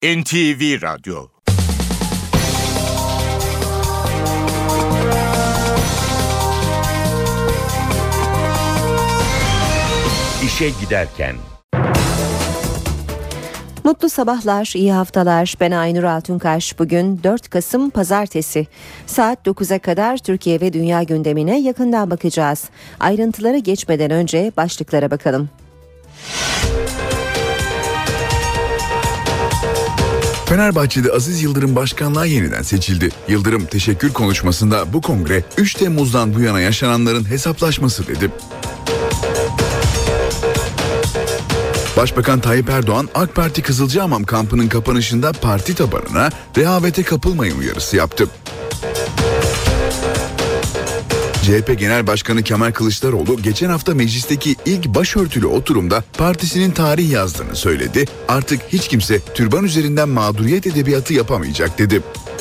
NTV Radyo. İşe giderken. Mutlu sabahlar, iyi haftalar. Ben Aynur Altunkaş. Bugün 4 Kasım Pazartesi. Saat 9'a kadar Türkiye ve dünya gündemine yakından bakacağız. Ayrıntılara geçmeden önce başlıklara bakalım. Fenerbahçe'de Aziz Yıldırım başkanlığa yeniden seçildi. Yıldırım teşekkür konuşmasında bu kongre 3 Temmuz'dan bu yana yaşananların hesaplaşması dedi. Başbakan Tayyip Erdoğan, AK Parti Kızılcahamam kampının kapanışında parti tabanına rehavete kapılmayın uyarısı yaptı. CHP Genel Başkanı Kemal Kılıçdaroğlu geçen hafta meclisteki ilk başörtülü oturumda partisinin tarih yazdığını söyledi. Artık hiç kimse türban üzerinden mağduriyet edebiyatı yapamayacak dedi.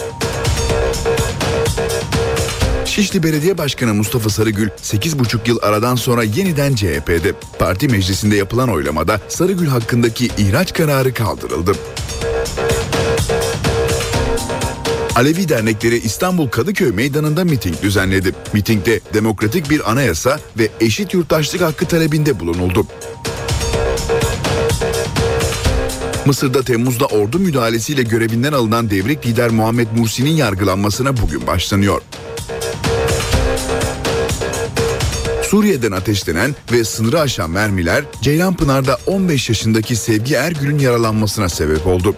Şişli Belediye Başkanı Mustafa Sarıgül 8,5 yıl aradan sonra yeniden CHP'de. Parti meclisinde yapılan oylamada Sarıgül hakkındaki ihraç kararı kaldırıldı. Alevi dernekleri İstanbul Kadıköy Meydanı'nda miting düzenledi. Mitingde demokratik bir anayasa ve eşit yurttaşlık hakkı talebinde bulunuldu. Mısır'da Temmuz'da ordu müdahalesiyle görevinden alınan devrik lider Muhammed Mursi'nin yargılanmasına bugün başlanıyor. Suriye'den ateşlenen ve sınırı aşan mermiler Ceylanpınar'da 15 yaşındaki Sevgi Ergül'ün yaralanmasına sebep oldu.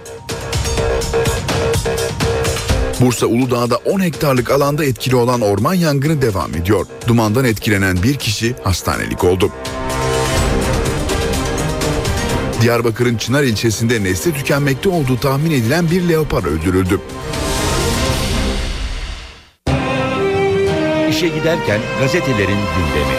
Bursa Uludağ'da 10 hektarlık alanda etkili olan orman yangını devam ediyor. Dumandan etkilenen bir kişi hastanelik oldu. Diyarbakır'ın Çınar ilçesinde nesli tükenmekte olduğu tahmin edilen bir leopar öldürüldü. İşe giderken gazetelerin gündemi.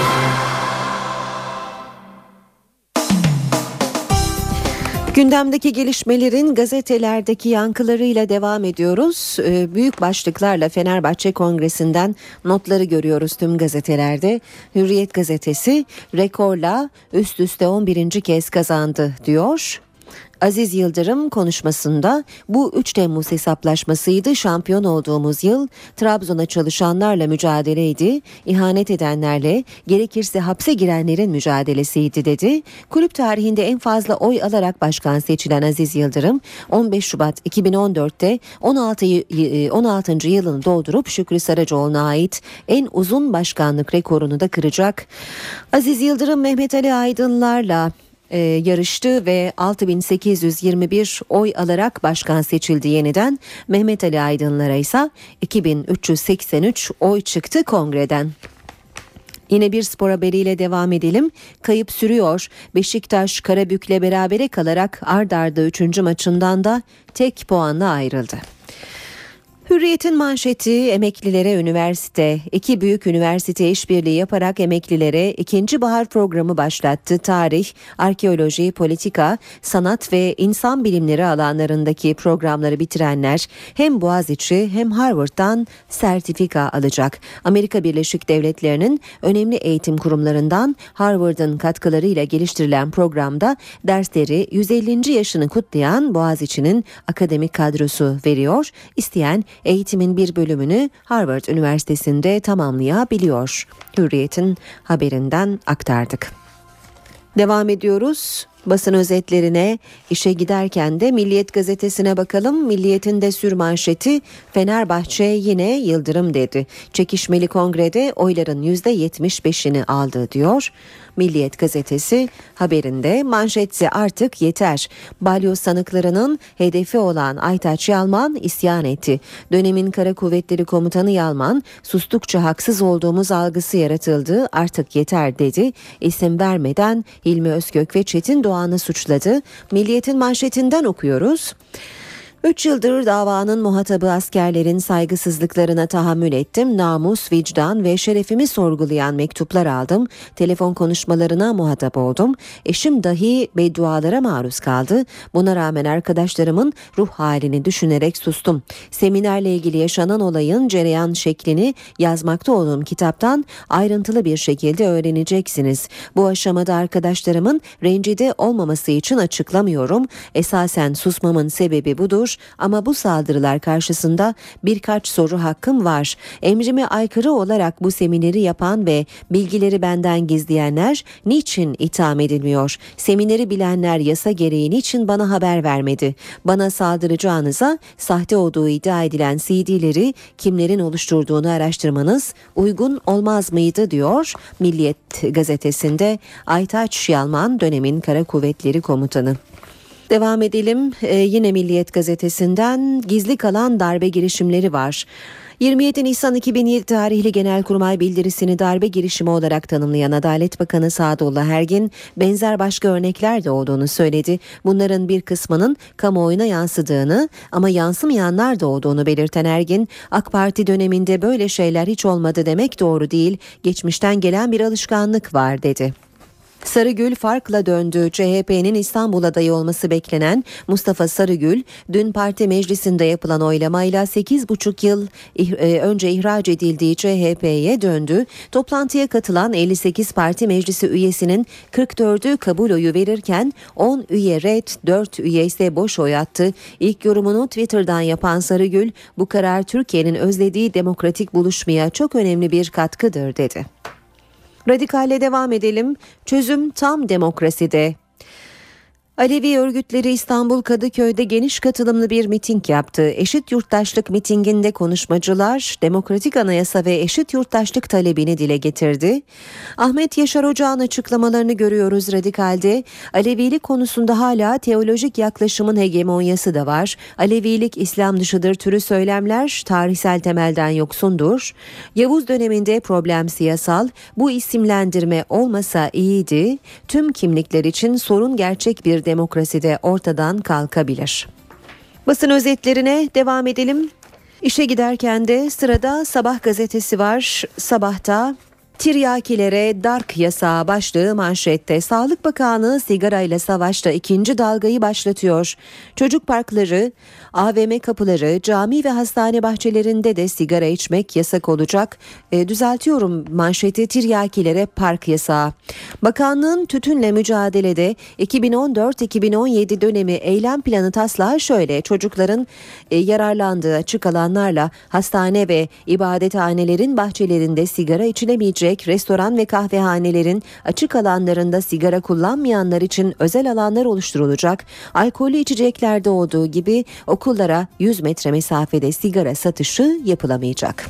Gündemdeki gelişmelerin gazetelerdeki yankılarıyla devam ediyoruz. Büyük başlıklarla Fenerbahçe Kongresi'nden notları görüyoruz tüm gazetelerde. Hürriyet gazetesi rekorla üst üste 11. kez kazandı diyor. Aziz Yıldırım konuşmasında bu 3 Temmuz hesaplaşmasıydı. Şampiyon olduğumuz yıl Trabzon'a çalışanlarla mücadeleydi. İhanet edenlerle, gerekirse hapse girenlerin mücadelesiydi dedi. Kulüp tarihinde en fazla oy alarak başkan seçilen Aziz Yıldırım 15 Şubat 2014'te 16. yılını doldurup Şükrü Saracoğlu'na ait en uzun başkanlık rekorunu da kıracak. Aziz Yıldırım Mehmet Ali Aydınlar'la yarıştı ve 6.821 oy alarak başkan seçildi yeniden. Mehmet Ali Aydınlar'a ise 2.383 oy çıktı kongreden. Yine bir spor haberiyle devam edelim. Kayıp sürüyor. Beşiktaş Karabük'le berabere kalarak ard arda 3. maçından da tek puanla ayrıldı. Hürriyet'in manşeti emeklilere üniversite. 2 büyük üniversite işbirliği yaparak emeklilere 2. bahar programı başlattı. Tarih, arkeoloji, politika, sanat ve insan bilimleri alanlarındaki programları bitirenler hem Boğaziçi hem Harvard'dan sertifika alacak. Amerika Birleşik Devletleri'nin önemli eğitim kurumlarından Harvard'ın katkılarıyla geliştirilen programda dersleri 150. yaşını kutlayan Boğaziçi'nin akademik kadrosu veriyor. İsteyen eğitimin bir bölümünü Harvard Üniversitesi'nde tamamlayabiliyor. Hürriyet'in haberinden aktardık. Devam ediyoruz. Basın özetlerine, işe giderken de Milliyet gazetesine bakalım. Milliyet'in de sürmanşeti Fenerbahçe yine Yıldırım dedi. Çekişmeli kongrede oyların %75'ini aldı diyor. Milliyet gazetesi haberinde manşetse artık yeter. Balyoz sanıklarının hedefi olan Aytaç Yalman isyan etti. Dönemin Kara Kuvvetleri Komutanı Yalman sustukça haksız olduğumuz algısı yaratıldı, artık yeter dedi. İsim vermeden Hilmi Özkök ve Çetin Doğan'ı suçladı. Milliyet'in manşetinden okuyoruz. 3 yıldır davanın muhatabı askerlerin saygısızlıklarına tahammül ettim. Namus, vicdan ve şerefimi sorgulayan mektuplar aldım. Telefon konuşmalarına muhatap oldum. Eşim dahi beddualara maruz kaldı. Buna rağmen arkadaşlarımın ruh halini düşünerek sustum. Seminerle ilgili yaşanan olayın cereyan şeklini yazmakta olduğum kitaptan ayrıntılı bir şekilde öğreneceksiniz. Bu aşamada arkadaşlarımın rencide olmaması için açıklamıyorum. Esasen susmamın sebebi budur. Ama bu saldırılar karşısında birkaç soru hakkım var. Emrime aykırı olarak bu semineri yapan ve bilgileri benden gizleyenler niçin itham edilmiyor? Semineri bilenler yasa gereği niçin bana haber vermedi? Bana saldıracağınıza sahte olduğu iddia edilen CD'leri kimlerin oluşturduğunu araştırmanız uygun olmaz mıydı diyor Milliyet gazetesinde Aytaç Yalman, dönemin Kara Kuvvetleri Komutanı. Devam edelim. Yine Milliyet gazetesinden gizli kalan darbe girişimleri var. 27 Nisan 2007 tarihli Genelkurmay bildirisini darbe girişimi olarak tanımlayan Adalet Bakanı Sadullah Ergin, benzer başka örnekler de olduğunu söyledi. Bunların bir kısmının kamuoyuna yansıdığını ama yansımayanlar da olduğunu belirten Ergin, AK Parti döneminde böyle şeyler hiç olmadı demek doğru değil, geçmişten gelen bir alışkanlık var dedi. Sarıgül farkla döndü. CHP'nin İstanbul adayı olması beklenen Mustafa Sarıgül, dün parti meclisinde yapılan oylamayla 8,5 yıl önce ihraç edildiği CHP'ye döndü. Toplantıya katılan 58 parti meclisi üyesinin 44'ü kabul oyu verirken 10 üye red, 4 üye ise boş oy attı. İlk yorumunu Twitter'dan yapan Sarıgül, bu karar Türkiye'nin özlediği demokratik buluşmaya çok önemli bir katkıdır dedi. Radikalle devam edelim. Çözüm tam demokraside. Alevi örgütleri İstanbul Kadıköy'de geniş katılımlı bir miting yaptı. Eşit yurttaşlık mitinginde konuşmacılar demokratik anayasa ve eşit yurttaşlık talebini dile getirdi. Ahmet Yaşar Ocağ'ın açıklamalarını görüyoruz Radikal'de. Alevilik konusunda hala teolojik yaklaşımın hegemonyası da var. Alevilik İslam dışıdır türü söylemler tarihsel temelden yoksundur. Yavuz döneminde problem siyasal, bu isimlendirme olmasa iyiydi. Tüm kimlikler için sorun gerçek bir demokraside ortadan kalkabilir. Basın özetlerine devam edelim. İşe giderken de sırada Sabah gazetesi var. Sabahta tiryakilere dark yasağı başlığı manşette. Sağlık Bakanlığı sigarayla savaşta ikinci dalgayı başlatıyor. Çocuk parkları, AVM kapıları, cami ve hastane bahçelerinde de sigara içmek yasak olacak. Düzeltiyorum manşeti, tiryakilere park yasağı. Bakanlığın tütünle mücadelede 2014-2017 dönemi eylem planı taslağı şöyle: çocukların yararlandığı açık alanlarla hastane ve ibadethanelerin bahçelerinde sigara içilemeyecek. Restoran ve kahvehanelerin açık alanlarında sigara kullanmayanlar için özel alanlar oluşturulacak. Alkollü içeceklerde olduğu gibi okullara 100 metre mesafede sigara satışı yapılamayacak.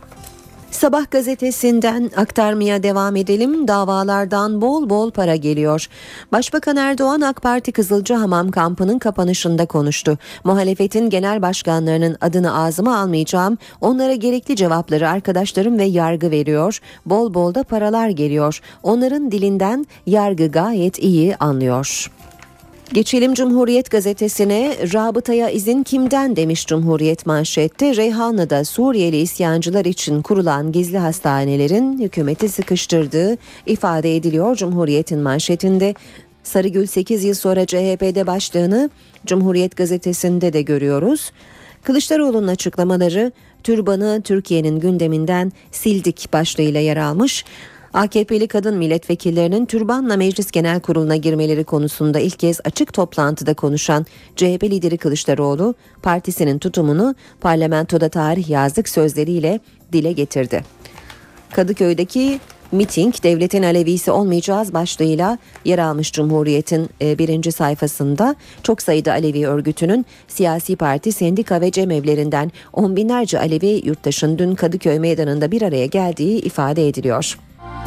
Sabah gazetesinden aktarmaya devam edelim. Davalardan bol bol para geliyor. Başbakan Erdoğan AK Parti Kızılcahamam kampının kapanışında konuştu. Muhalefetin genel başkanlarının adını ağzıma almayacağım. Onlara gerekli cevapları arkadaşlarım ve yargı veriyor. Bol bol da paralar geliyor. Onların dilinden yargı gayet iyi anlıyor. Geçelim Cumhuriyet gazetesine. Rabıtaya izin kimden demiş Cumhuriyet manşette. Reyhanlı'da Suriyeli isyancılar için kurulan gizli hastanelerin hükümeti sıkıştırdığı ifade ediliyor Cumhuriyet'in manşetinde. Sarıgül 8 yıl sonra CHP'de başlığını Cumhuriyet gazetesinde de görüyoruz. Kılıçdaroğlu'nun açıklamaları türbanı Türkiye'nin gündeminden sildik başlığıyla yer almış. AKP'li kadın milletvekillerinin türbanla Meclis Genel Kurulu'na girmeleri konusunda ilk kez açık toplantıda konuşan CHP lideri Kılıçdaroğlu, partisinin tutumunu parlamentoda tarih yazdık sözleriyle dile getirdi. Kadıköy'deki miting devletin Alevisi olmayacağız başlığıyla yer almış Cumhuriyet'in birinci sayfasında. Çok sayıda Alevi örgütünün siyasi parti, sendika ve cemevlerinden on binlerce Alevi yurttaşın dün Kadıköy meydanında bir araya geldiği ifade ediliyor.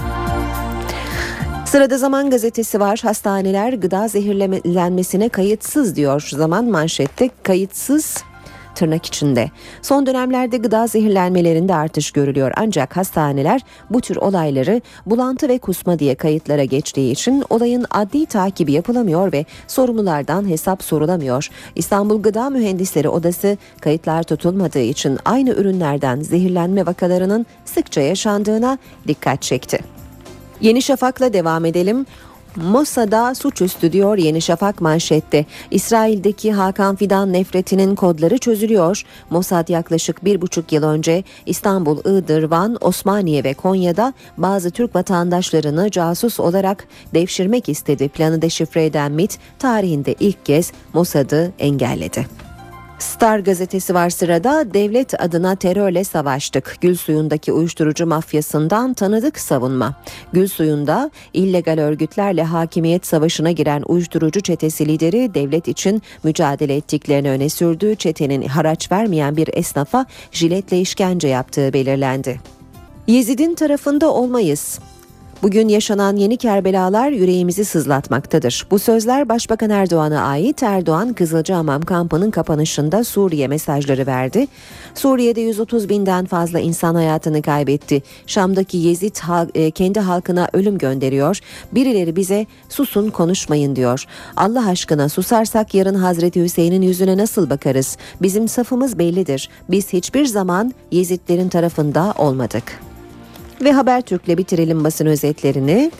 Sırada Zaman gazetesi var. Hastaneler gıda zehirlenmesine kayıtsız diyor Zaman manşette. Kayıtsız tırnak içinde. Son dönemlerde gıda zehirlenmelerinde artış görülüyor ancak hastaneler bu tür olayları bulantı ve kusma diye kayıtlara geçtiği için olayın adli takibi yapılamıyor ve sorumlulardan hesap sorulamıyor. İstanbul Gıda Mühendisleri Odası kayıtlar tutulmadığı için aynı ürünlerden zehirlenme vakalarının sıkça yaşandığına dikkat çekti. Yeni Şafak'la devam edelim. Mossad'a suçüstü diyor Yeni Şafak manşette. İsrail'deki Hakan Fidan nefretinin kodları çözülüyor. Mossad yaklaşık 1,5 yıl önce İstanbul, Iğdır, Van, Osmaniye ve Konya'da bazı Türk vatandaşlarını casus olarak devşirmek istedi. Planı deşifre eden MİT tarihinde ilk kez Mossad'ı engelledi. Star gazetesi var sırada. Devlet adına terörle savaştık. Gülsuyu'ndaki uyuşturucu mafyasından tanıdık savunma. Gülsuyu'nda illegal örgütlerle hakimiyet savaşına giren uyuşturucu çetesi lideri devlet için mücadele ettiklerini öne sürdü. Çetenin haraç vermeyen bir esnafa jiletle işkence yaptığı belirlendi. Yezid'in tarafında olmayız. Bugün yaşanan yeni Kerbelalar yüreğimizi sızlatmaktadır. Bu sözler Başbakan Erdoğan'a ait. Erdoğan Kızılcahamam kampının kapanışında Suriye mesajları verdi. Suriye'de 130 binden fazla insan hayatını kaybetti. Şam'daki Yezid kendi halkına ölüm gönderiyor. Birileri bize susun konuşmayın diyor. Allah aşkına susarsak yarın Hazreti Hüseyin'in yüzüne nasıl bakarız? Bizim safımız bellidir. Biz hiçbir zaman Yezidlerin tarafında olmadık. Ve Habertürk'le bitirelim basın özetlerini.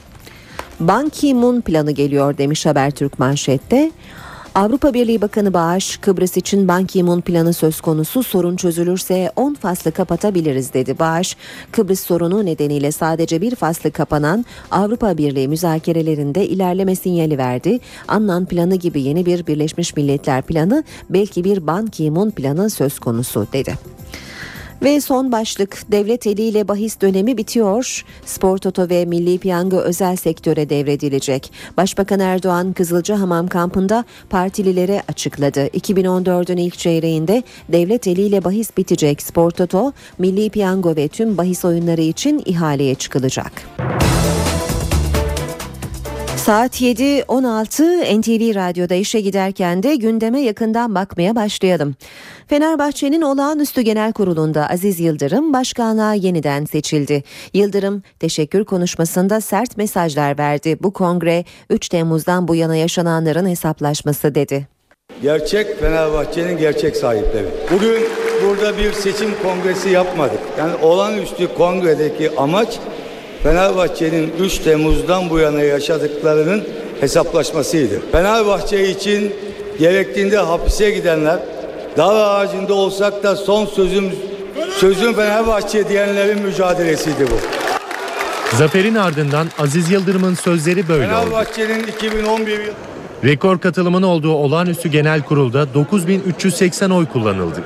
Ban Ki-moon planı geliyor demiş Habertürk manşette. Avrupa Birliği Bakanı Bağış, Kıbrıs için Ban Ki-moon planı söz konusu, sorun çözülürse 10 faslı kapatabiliriz dedi. Bağış, Kıbrıs sorunu nedeniyle sadece bir faslı kapanan Avrupa Birliği müzakerelerinde ilerleme sinyali verdi. Annan planı gibi yeni bir Birleşmiş Milletler planı, belki bir Ban Ki-moon planı söz konusu dedi. Ve son başlık, devlet eliyle bahis dönemi bitiyor. Spor Toto ve Milli Piyango özel sektöre devredilecek. Başbakan Erdoğan Kızılcahamam kampında partililere açıkladı. 2014'ün ilk çeyreğinde devlet eliyle bahis bitecek. Spor Toto, Milli Piyango ve tüm bahis oyunları için ihaleye çıkılacak. Saat 7.16 NTV Radyo'da işe giderken de gündeme yakından bakmaya başlayalım. Fenerbahçe'nin olağanüstü genel kurulunda Aziz Yıldırım başkanlığa yeniden seçildi. Yıldırım teşekkür konuşmasında sert mesajlar verdi. Bu kongre 3 Temmuz'dan bu yana yaşananların hesaplaşması dedi. Gerçek Fenerbahçe'nin gerçek sahipleri. Bugün burada bir seçim kongresi yapmadık. Yani olağanüstü kongredeki amaç Fenerbahçe'nin 3 Temmuz'dan bu yana yaşadıklarının hesaplaşmasıydı. Fenerbahçe için gerektiğinde hapise gidenler, dar ağacında olsak da son sözüm Fenerbahçe diyenlerin mücadelesiydi bu. Zaferin ardından Aziz Yıldırım'ın sözleri böyle oldu. Fenerbahçe'nin 2011 rekor katılımın olduğu olağanüstü genel kurulda 9380 oy kullanıldı.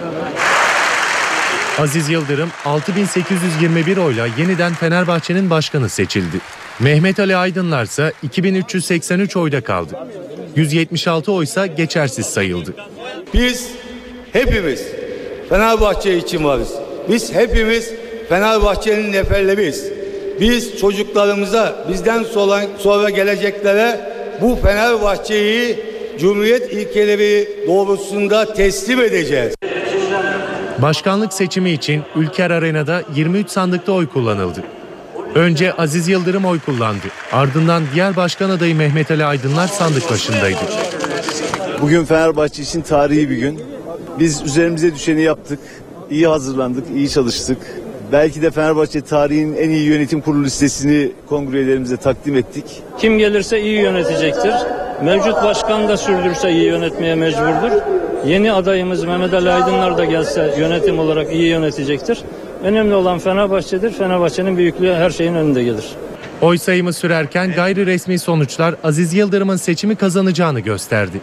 Aziz Yıldırım 6821 oyla yeniden Fenerbahçe'nin başkanı seçildi. Mehmet Ali Aydınlar ise 2383 oyda kaldı. 176 oysa geçersiz sayıldı. Biz hepimiz Fenerbahçe için varız. Biz hepimiz Fenerbahçe'nin neferleriyiz. Biz çocuklarımıza, bizden sonra geleceklere bu Fenerbahçe'yi Cumhuriyet ilkeleri doğrultusunda teslim edeceğiz. Başkanlık seçimi için Ülker Arena'da 23 sandıkta oy kullanıldı. Önce Aziz Yıldırım oy kullandı. Ardından diğer başkan adayı Mehmet Ali Aydınlar sandık başındaydı. Bugün Fenerbahçe için tarihi bir gün. Biz üzerimize düşeni yaptık. İyi hazırlandık, iyi çalıştık. Belki de Fenerbahçe tarihinin en iyi yönetim kurulu listesini kongrelerimize takdim ettik. Kim gelirse iyi yönetecektir. Mevcut başkan da sürdürse iyi yönetmeye mecburdur. Yeni adayımız Mehmet Ali Aydınlar da gelse yönetim olarak iyi yönetecektir. Önemli olan Fenerbahçe'dir. Fenerbahçe'nin büyüklüğü her şeyin önünde gelir. Oy sayımı sürerken gayri resmi sonuçlar Aziz Yıldırım'ın seçimi kazanacağını gösterdi.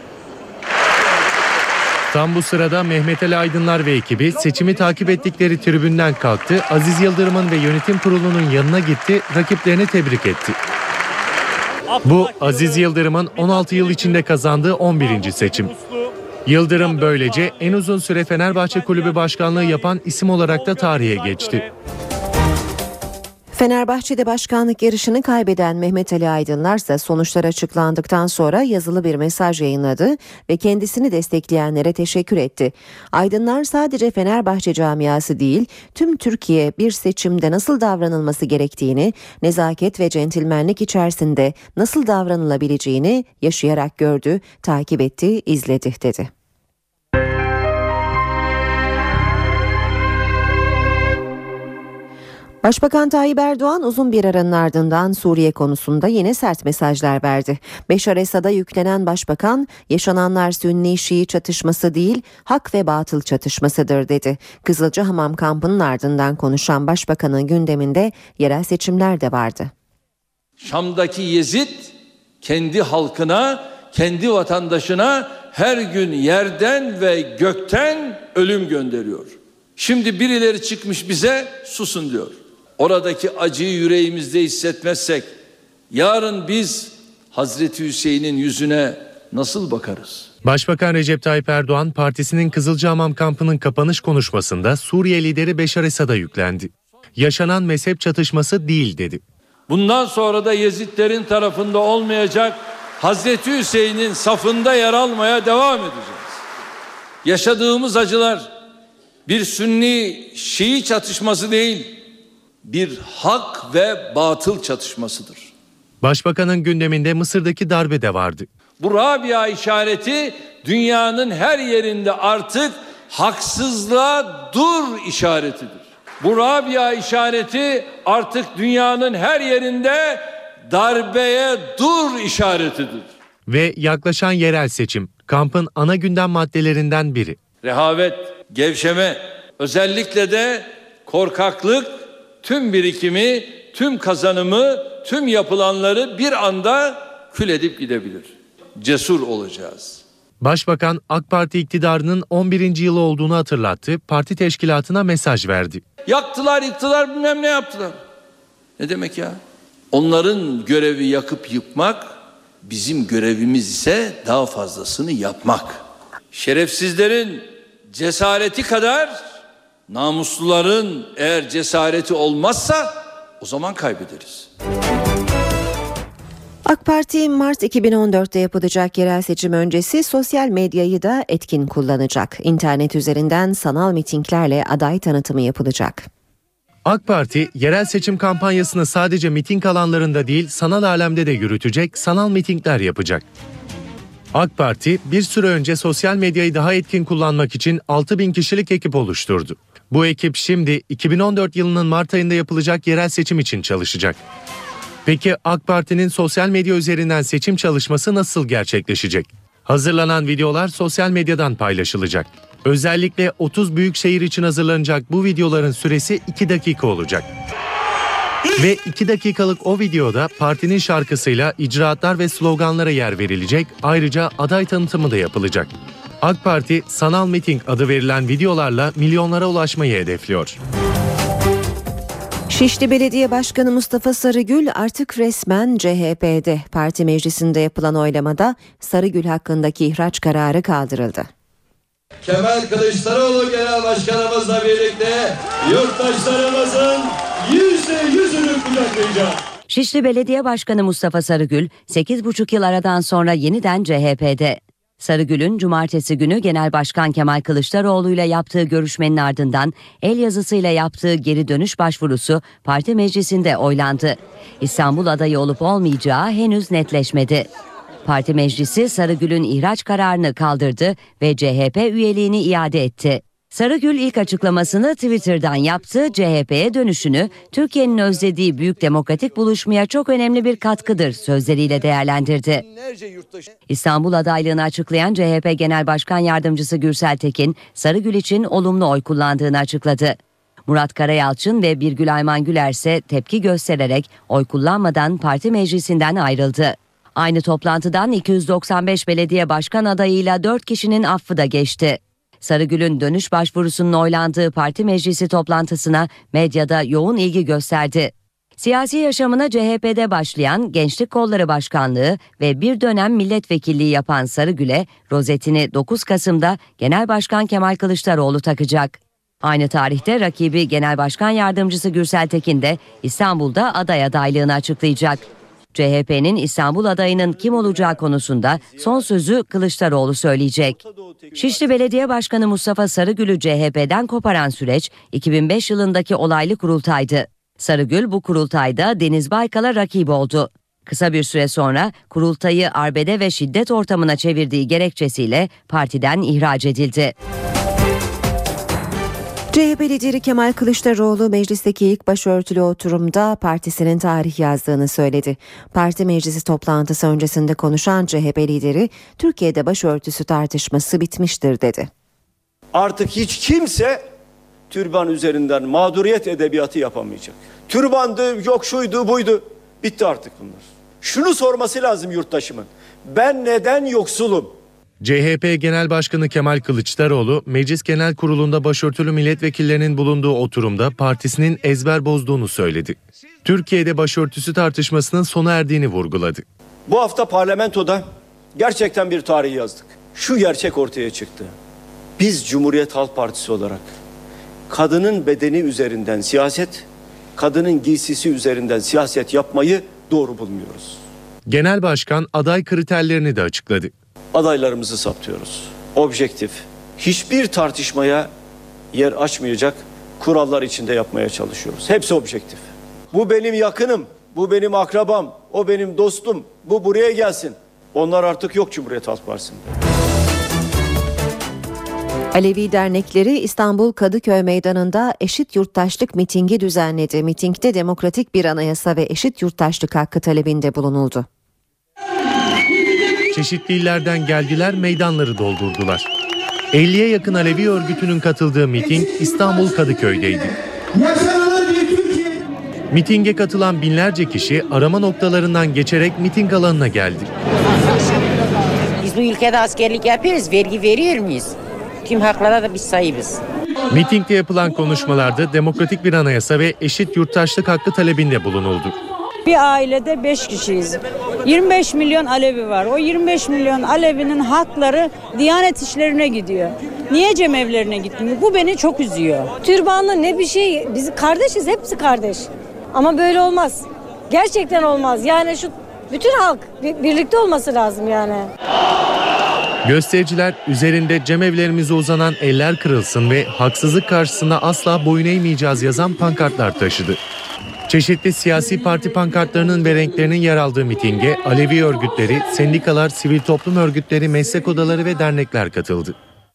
Tam bu sırada Mehmet Ali Aydınlar ve ekibi seçimi takip ettikleri tribünden kalktı. Aziz Yıldırım'ın ve yönetim kurulunun yanına gitti, rakiplerini tebrik etti. Bu Aziz Yıldırım'ın 16 yıl içinde kazandığı 11. seçim. Yıldırım böylece en uzun süre Fenerbahçe Kulübü başkanlığı yapan isim olarak da tarihe geçti. Fenerbahçe'de başkanlık yarışını kaybeden Mehmet Ali Aydınlar ise sonuçlar açıklandıktan sonra yazılı bir mesaj yayınladı ve kendisini destekleyenlere teşekkür etti. Aydınlar sadece Fenerbahçe camiası değil, tüm Türkiye bir seçimde nasıl davranılması gerektiğini, nezaket ve centilmenlik içerisinde nasıl davranılabileceğini yaşayarak gördü, takip etti, izledi dedi. Başbakan Tayyip Erdoğan uzun bir aranın ardından Suriye konusunda yine sert mesajlar verdi. Beşar Esad'a yüklenen başbakan, yaşananlar Sünni-Şii çatışması değil, hak ve batıl çatışmasıdır dedi. Kızılcahamam kampının ardından konuşan başbakanın gündeminde yerel seçimler de vardı. Şam'daki Yezid kendi halkına, kendi vatandaşına her gün yerden ve gökten ölüm gönderiyor. Şimdi birileri çıkmış bize susun diyor. Oradaki acıyı yüreğimizde hissetmezsek yarın biz Hazreti Hüseyin'in yüzüne nasıl bakarız? Başbakan Recep Tayyip Erdoğan partisinin Kızılcahamam kampının kapanış konuşmasında Suriye lideri Beşar Esad'a yüklendi. Yaşanan mezhep çatışması değil dedi. Bundan sonra da Yezidlerin tarafında olmayacak, Hazreti Hüseyin'in safında yer almaya devam edeceğiz. Yaşadığımız acılar bir Sünni-Şii çatışması değil, bir hak ve batıl çatışmasıdır. Başbakanın gündeminde Mısır'daki darbe de vardı. Bu Rabia işareti dünyanın her yerinde artık haksızlığa dur işaretidir. Bu Rabia işareti artık dünyanın her yerinde darbeye dur işaretidir. Ve yaklaşan yerel seçim, kampın ana gündem maddelerinden biri. Rehavet, gevşeme, özellikle de korkaklık, tüm birikimi, tüm kazanımı, tüm yapılanları bir anda kül edip gidebilir. Cesur olacağız. Başbakan AK Parti iktidarının 11. yılı olduğunu hatırlattı, parti teşkilatına mesaj verdi. Yaktılar, yıktılar, bilmem ne yaptılar. Ne demek ya? Onların görevi yakıp yıkmak, bizim görevimiz ise daha fazlasını yapmak. Şerefsizlerin cesareti kadar namusluların eğer cesareti olmazsa o zaman kaybederiz. AK Parti Mart 2014'te yapılacak yerel seçim öncesi sosyal medyayı da etkin kullanacak. İnternet üzerinden sanal mitinglerle aday tanıtımı yapılacak. AK Parti yerel seçim kampanyasını sadece miting alanlarında değil sanal alemde de yürütecek, sanal mitingler yapacak. AK Parti bir süre önce sosyal medyayı daha etkin kullanmak için 6.000 kişilik ekip oluşturdu. Bu ekip şimdi 2014 yılının Mart ayında yapılacak yerel seçim için çalışacak. Peki AK Parti'nin sosyal medya üzerinden seçim çalışması nasıl gerçekleşecek? Hazırlanan videolar sosyal medyadan paylaşılacak. Özellikle 30 büyük şehir için hazırlanacak bu videoların süresi 2 dakika olacak. Ve 2 dakikalık o videoda partinin şarkısıyla icraatlar ve sloganlara yer verilecek, ayrıca aday tanıtımı da yapılacak. AK Parti sanal miting adı verilen videolarla milyonlara ulaşmayı hedefliyor. Şişli Belediye Başkanı Mustafa Sarıgül artık resmen CHP'de. Parti meclisinde yapılan oylamada Sarıgül hakkındaki ihraç kararı kaldırıldı. Kemal Kılıçdaroğlu Genel Başkanımızla birlikte yurttaşlarımızın yüzünü kucaklayacağız. Şişli Belediye Başkanı Mustafa Sarıgül 8,5 yıl aradan sonra yeniden CHP'de. Sarıgül'ün cumartesi günü Genel Başkan Kemal Kılıçdaroğlu ile yaptığı görüşmenin ardından el yazısıyla yaptığı geri dönüş başvurusu parti meclisinde oylandı. İstanbul adayı olup olmayacağı henüz netleşmedi. Parti meclisi Sarıgül'ün ihraç kararını kaldırdı ve CHP üyeliğini iade etti. Sarıgül ilk açıklamasını Twitter'dan yaptı, CHP'ye dönüşünü Türkiye'nin özlediği büyük demokratik buluşmaya çok önemli bir katkıdır sözleriyle değerlendirdi. İstanbul adaylığını açıklayan CHP Genel Başkan Yardımcısı Gürsel Tekin, Sarıgül için olumlu oy kullandığını açıkladı. Murat Karayalçın ve Birgül Ayman Güler ise tepki göstererek oy kullanmadan parti meclisinden ayrıldı. Aynı toplantıdan 295 belediye başkan adayıyla 4 kişinin affı da geçti. Sarıgül'ün dönüş başvurusunun oylandığı parti meclisi toplantısına medyada yoğun ilgi gösterdi. Siyasi yaşamına CHP'de başlayan Gençlik Kolları Başkanlığı ve bir dönem milletvekilliği yapan Sarıgül'e rozetini 9 Kasım'da Genel Başkan Kemal Kılıçdaroğlu takacak. Aynı tarihte rakibi Genel Başkan Yardımcısı Gürsel Tekin de İstanbul'da aday adaylığını açıklayacak. CHP'nin İstanbul adayının kim olacağı konusunda son sözü Kılıçdaroğlu söyleyecek. Şişli Belediye Başkanı Mustafa Sarıgül'ü CHP'den koparan süreç 2005 yılındaki olaylı kurultaydı. Sarıgül bu kurultayda Deniz Baykal'a rakip oldu. Kısa bir süre sonra kurultayı arbede ve şiddet ortamına çevirdiği gerekçesiyle partiden ihraç edildi. CHP lideri Kemal Kılıçdaroğlu meclisteki ilk başörtülü oturumda partisinin tarih yazdığını söyledi. Parti meclisi toplantısı öncesinde konuşan CHP lideri Türkiye'de başörtüsü tartışması bitmiştir dedi. Artık hiç kimse türban üzerinden mağduriyet edebiyatı yapamayacak. Türbandı, yok şuydu buydu. Bitti artık bunlar. Şunu sorması lazım yurttaşımın. Ben neden yoksulum? CHP Genel Başkanı Kemal Kılıçdaroğlu, Meclis Genel Kurulu'nda başörtülü milletvekillerinin bulunduğu oturumda partisinin ezber bozduğunu söyledi. Türkiye'de başörtüsü tartışmasının sona erdiğini vurguladı. Bu hafta parlamentoda gerçekten bir tarih yazdık. Şu gerçek ortaya çıktı. Biz Cumhuriyet Halk Partisi olarak kadının bedeni üzerinden siyaset, kadının giysisi üzerinden siyaset yapmayı doğru bulmuyoruz. Genel Başkan aday kriterlerini de açıkladı. Adaylarımızı saptıyoruz. Objektif, hiçbir tartışmaya yer açmayacak kurallar içinde yapmaya çalışıyoruz. Hepsi objektif. Bu benim yakınım, bu benim akrabam, o benim dostum, bu buraya gelsin. Onlar artık yok Cumhuriyet Halk Partisi'nde. Alevi dernekleri İstanbul Kadıköy Meydanı'nda eşit yurttaşlık mitingi düzenledi. Mitingde demokratik bir anayasa ve eşit yurttaşlık hakkı talebinde bulunuldu. Çeşitli illerden geldiler, meydanları doldurdular. 50'ye yakın Alevi örgütünün katıldığı miting İstanbul Kadıköy'deydi. Mitinge katılan binlerce kişi arama noktalarından geçerek miting alanına geldi. Biz bu ülkede askerlik yapıyoruz, vergi veriyor muyuz? Tüm haklara da biz sahibiz. Mitingde yapılan konuşmalarda demokratik bir anayasa ve eşit yurttaşlık hakkı talebinde bulunuldu. Bir ailede 5 kişiyiz. 25 milyon Alevi var. O 25 milyon Alevi'nin hakları Diyanet işlerine gidiyor. Niye cemevlerine gitmiyor? Bu beni çok üzüyor. Türbanlı ne bir şey. Biz kardeşiz, hepsi kardeş. Ama böyle olmaz. Gerçekten olmaz. Yani şu bütün halk birlikte olması lazım yani. Göstericiler üzerinde cemevlerimize uzanan eller kırılsın ve haksızlık karşısında asla boyun eğmeyeceğiz yazan pankartlar taşıdı. Çeşitli siyasi parti pankartlarının ve renklerinin yer aldığı mitinge Alevi örgütleri, sendikalar, sivil toplum örgütleri, meslek odaları ve dernekler katıldı.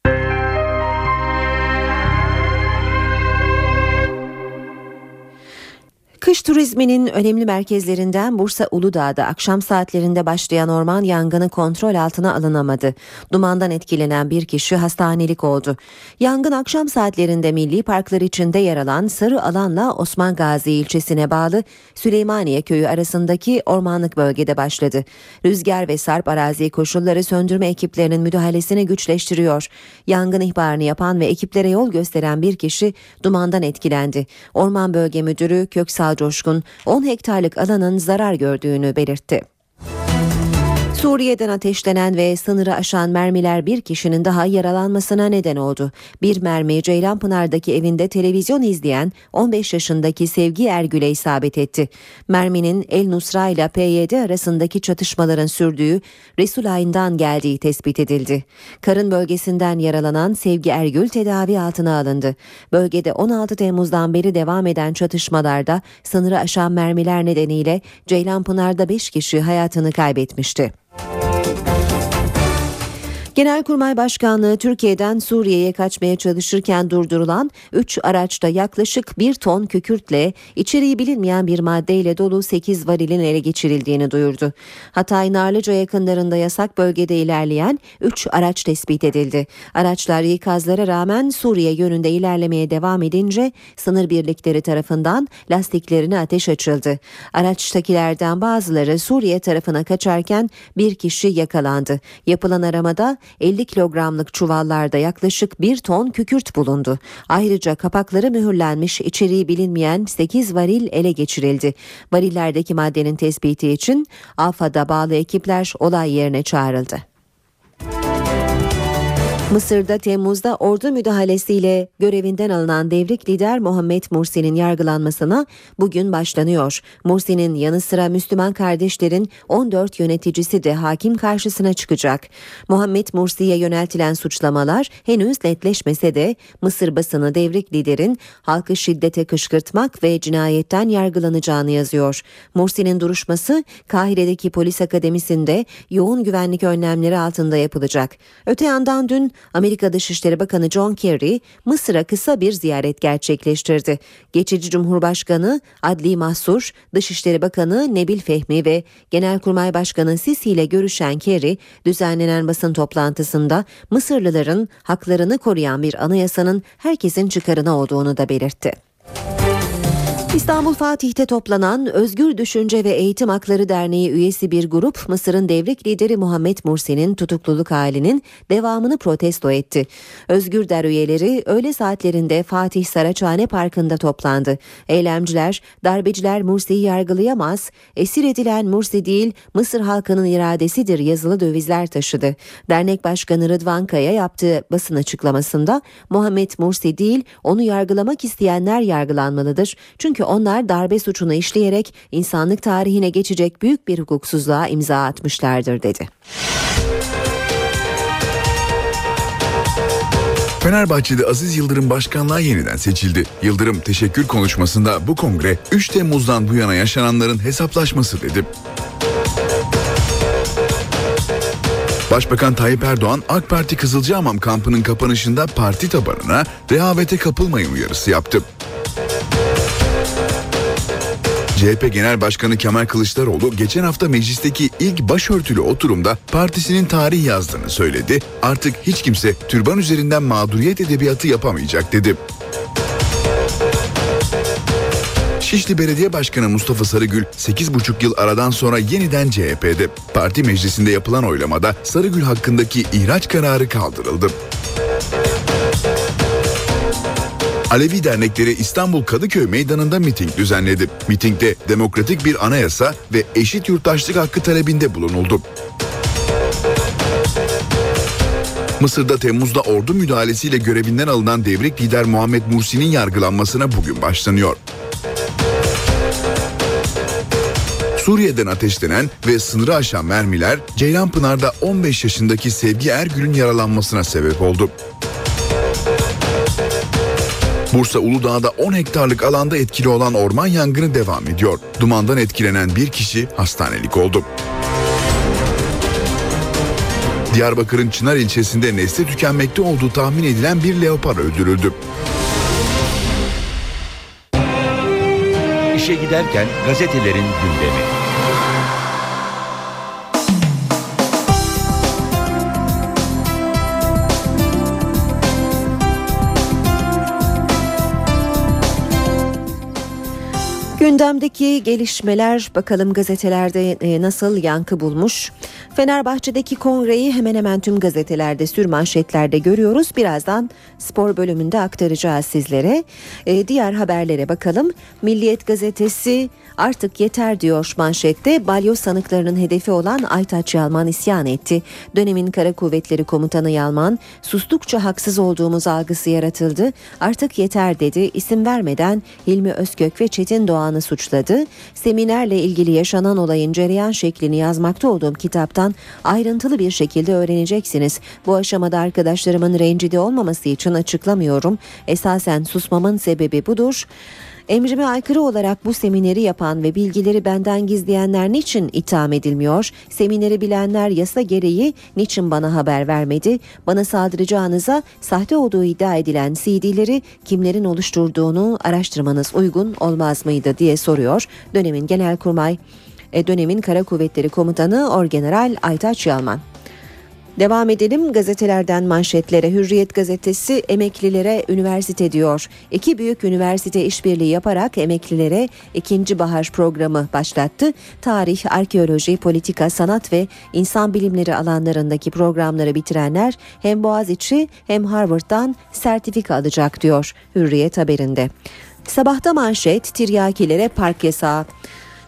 Kış turizminin önemli merkezlerinden Bursa Uludağ'da akşam saatlerinde başlayan orman yangını kontrol altına alınamadı. Dumandan etkilenen bir kişi hastanelik oldu. Yangın akşam saatlerinde milli parklar içinde yer alan Sarı Alan'la Osman Gazi ilçesine bağlı Süleymaniye köyü arasındaki ormanlık bölgede başladı. Rüzgar ve sarp arazi koşulları söndürme ekiplerinin müdahalesini güçleştiriyor. Yangın ihbarını yapan ve ekiplere yol gösteren bir kişi dumandan etkilendi. Orman Bölge Müdürü Köksal Coşkun 10 hektarlık alanın zarar gördüğünü belirtti. Suriye'den ateşlenen ve sınırı aşan mermiler bir kişinin daha yaralanmasına neden oldu. Bir mermi Ceylanpınar'daki evinde televizyon izleyen 15 yaşındaki Sevgi Ergül'e isabet etti. Merminin El Nusra ile PYD arasındaki çatışmaların sürdüğü Resulayn'dan geldiği tespit edildi. Karın bölgesinden yaralanan Sevgi Ergül tedavi altına alındı. Bölgede 16 Temmuz'dan beri devam eden çatışmalarda sınırı aşan mermiler nedeniyle Ceylanpınar'da 5 kişi hayatını kaybetmişti. Genelkurmay Başkanlığı Türkiye'den Suriye'ye kaçmaya çalışırken durdurulan 3 araçta yaklaşık 1 ton kükürtle içeriği bilinmeyen bir maddeyle dolu 8 varilin ele geçirildiğini duyurdu. Hatay Narlıca yakınlarında yasak bölgede ilerleyen 3 araç tespit edildi. Araçlar ikazlara rağmen Suriye yönünde ilerlemeye devam edince sınır birlikleri tarafından lastiklerine ateş açıldı. Araçtakilerden bazıları Suriye tarafına kaçarken bir kişi yakalandı. Yapılan aramada 50 kilogramlık çuvallarda yaklaşık 1 ton kükürt bulundu. Ayrıca kapakları mühürlenmiş içeriği bilinmeyen 8 varil ele geçirildi. Varillerdeki maddenin tespiti için AFAD'a bağlı ekipler olay yerine çağrıldı. Mısır'da Temmuz'da ordu müdahalesiyle görevinden alınan devrik lider Muhammed Mursi'nin yargılanmasına bugün başlanıyor. Mursi'nin yanı sıra Müslüman kardeşlerin 14 yöneticisi de hakim karşısına çıkacak. Muhammed Mursi'ye yöneltilen suçlamalar henüz netleşmese de Mısır basını devrik liderin halkı şiddete kışkırtmak ve cinayetten yargılanacağını yazıyor. Mursi'nin duruşması Kahire'deki polis akademisinde yoğun güvenlik önlemleri altında yapılacak. Öte yandan dün Amerika Dışişleri Bakanı John Kerry Mısır'a kısa bir ziyaret gerçekleştirdi. Geçici Cumhurbaşkanı Adli Mahsur, Dışişleri Bakanı Nebil Fehmi ve Genelkurmay Başkanı Sisi ile görüşen Kerry, düzenlenen basın toplantısında Mısırlıların haklarını koruyan bir anayasanın herkesin çıkarına olduğunu da belirtti. İstanbul Fatih'te toplanan Özgür Düşünce ve Eğitim Hakları Derneği üyesi bir grup Mısır'ın devrik lideri Muhammed Mursi'nin tutukluluk halinin devamını protesto etti. Özgür Der üyeleri öğle saatlerinde Fatih Saraçhane Parkı'nda toplandı. Eylemciler, darbeciler Mursi'yi yargılayamaz, esir edilen Mursi değil Mısır halkının iradesidir yazılı dövizler taşıdı. Dernek Başkanı Rıdvan Kaya yaptığı basın açıklamasında Muhammed Mursi değil onu yargılamak isteyenler yargılanmalıdır. Çünkü onlar darbe suçunu işleyerek insanlık tarihine geçecek büyük bir hukuksuzluğa imza atmışlardır dedi. Fenerbahçe'de Aziz Yıldırım başkanlığa yeniden seçildi. Yıldırım teşekkür konuşmasında bu kongre 3 Temmuz'dan bu yana yaşananların hesaplaşması dedi. Başbakan Tayyip Erdoğan AK Parti Kızılcahamam kampının kapanışında parti tabanına rehavete kapılmayın uyarısı yaptı. CHP Genel Başkanı Kemal Kılıçdaroğlu geçen hafta meclisteki ilk başörtülü oturumda partisinin tarih yazdığını söyledi. Artık hiç kimse türban üzerinden mağduriyet edebiyatı yapamayacak dedi. Şişli Belediye Başkanı Mustafa Sarıgül 8,5 yıl aradan sonra yeniden CHP'de. Parti meclisinde yapılan oylamada Sarıgül hakkındaki ihraç kararı kaldırıldı. Alevi dernekleri İstanbul Kadıköy Meydanı'nda miting düzenledi. Mitingde demokratik bir anayasa ve eşit yurttaşlık hakkı talebinde bulunuldu. Mısır'da Temmuz'da ordu müdahalesiyle görevinden alınan devrik lider Muhammed Mursi'nin yargılanmasına bugün başlanıyor. Suriye'den ateşlenen ve sınırı aşan mermiler Ceylanpınar'da 15 yaşındaki Sevgi Ergül'ün yaralanmasına sebep oldu. Bursa Uludağ'da 10 hektarlık alanda etkili olan orman yangını devam ediyor. Dumandan etkilenen bir kişi hastanelik oldu. Diyarbakır'ın Çınar ilçesinde nesli tükenmekte olduğu tahmin edilen bir leopar öldürüldü. İşe giderken gazetelerin gündemi. Gündemdeki gelişmeler bakalım gazetelerde nasıl yankı bulmuş. Fenerbahçe'deki kongreyi hemen hemen tüm gazetelerde, sürmanşetlerde görüyoruz. Birazdan spor bölümünde aktaracağız sizlere. Diğer haberlere bakalım. Milliyet gazetesi artık yeter diyor manşette. Balyoz sanıklarının hedefi olan Aytaç Yalman isyan etti. Dönemin Kara Kuvvetleri Komutanı Yalman, sustukça haksız olduğumuz algısı yaratıldı. Artık yeter dedi. İsim vermeden Hilmi Özkök ve Çetin Doğan'ı suçladı. Seminerle ilgili yaşanan olayın cereyan şeklini yazmakta olduğum kitaptan ayrıntılı bir şekilde öğreneceksiniz. Bu aşamada arkadaşlarımın rencide olmaması için açıklamıyorum. Esasen susmamın sebebi budur. Emrime aykırı olarak bu semineri yapan ve bilgileri benden gizleyenler niçin itham edilmiyor? Semineri bilenler yasa gereği niçin bana haber vermedi? Bana saldıracağınıza sahte olduğu iddia edilen CD'leri kimlerin oluşturduğunu araştırmanız uygun olmaz mıydı diye soruyor. Dönemin Kara Kuvvetleri Komutanı Orgeneral Aytaç Yalman. Devam edelim gazetelerden manşetlere. Hürriyet gazetesi emeklilere üniversite diyor. İki büyük üniversite işbirliği yaparak emeklilere ikinci bahar programı başlattı. Tarih, arkeoloji, politika, sanat ve insan bilimleri alanlarındaki programları bitirenler hem Boğaziçi hem Harvard'dan sertifika alacak diyor Hürriyet haberinde. Sabahta manşet tiryakilere park yasağı.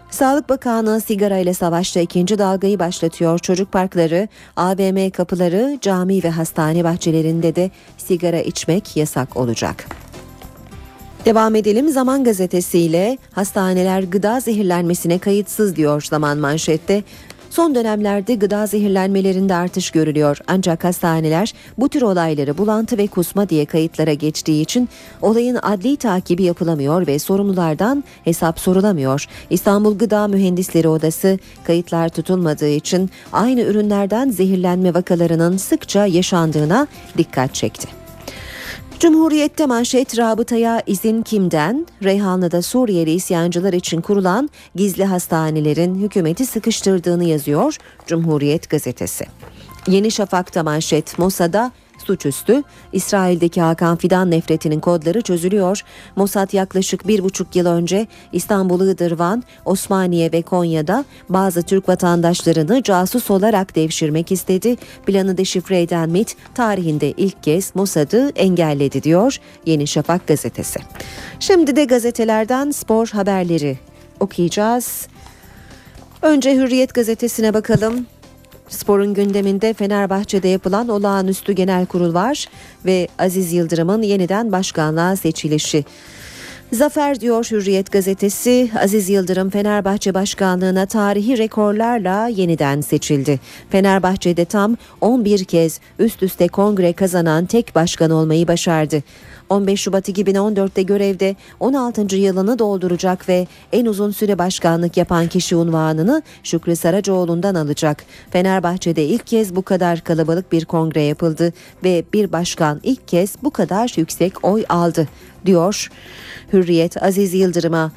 Sağlık Bakanlığı sigara ile savaşta ikinci dalgayı başlatıyor. Çocuk parkları, AVM kapıları, cami ve hastane bahçelerinde de sigara içmek yasak olacak. Devam edelim Zaman gazetesiyle. Hastaneler gıda zehirlenmesine kayıtsız diyor Zaman manşette. Son dönemlerde gıda zehirlenmelerinde artış görülüyor. Ancak hastaneler bu tür olayları bulantı ve kusma diye kayıtlara geçtiği için olayın adli takibi yapılamıyor ve sorumlulardan hesap sorulamıyor. İstanbul Gıda Mühendisleri Odası kayıtlar tutulmadığı için aynı ürünlerden zehirlenme vakalarının sıkça yaşandığına dikkat çekti. Cumhuriyet'te manşet rabıtaya izin kimden? Reyhanlı'da Suriyeli isyancılar için kurulan gizli hastanelerin hükümeti sıkıştırdığını yazıyor Cumhuriyet gazetesi. Yeni Şafak'ta manşet Mossad'a suçüstü. İsrail'deki Hakan Fidan nefretinin kodları çözülüyor. Mossad yaklaşık 1,5 yıl önce İstanbul, Iğdır, Van, Osmaniye ve Konya'da bazı Türk vatandaşlarını casus olarak devşirmek istedi. Planı deşifre eden MİT tarihinde ilk kez Mossad'ı engelledi diyor Yeni Şafak gazetesi. Şimdi de gazetelerden spor haberleri okuyacağız. Önce Hürriyet gazetesine bakalım. Sporun gündeminde Fenerbahçe'de yapılan olağanüstü genel kurul var ve Aziz Yıldırım'ın yeniden başkanlığa seçilişi. Zafer diyor Hürriyet gazetesi. Aziz Yıldırım Fenerbahçe başkanlığına tarihi rekorlarla yeniden seçildi. Fenerbahçe'de tam 11 kez üst üste kongre kazanan tek başkan olmayı başardı. 15 Şubat 2014'te görevde 16. yılını dolduracak ve en uzun süre başkanlık yapan kişi unvanını Şükrü Saracoğlu'ndan alacak. Fenerbahçe'de ilk kez bu kadar kalabalık bir kongre yapıldı ve bir başkan ilk kez bu kadar yüksek oy aldı diyor. Hürriyet Aziz Yıldırım'a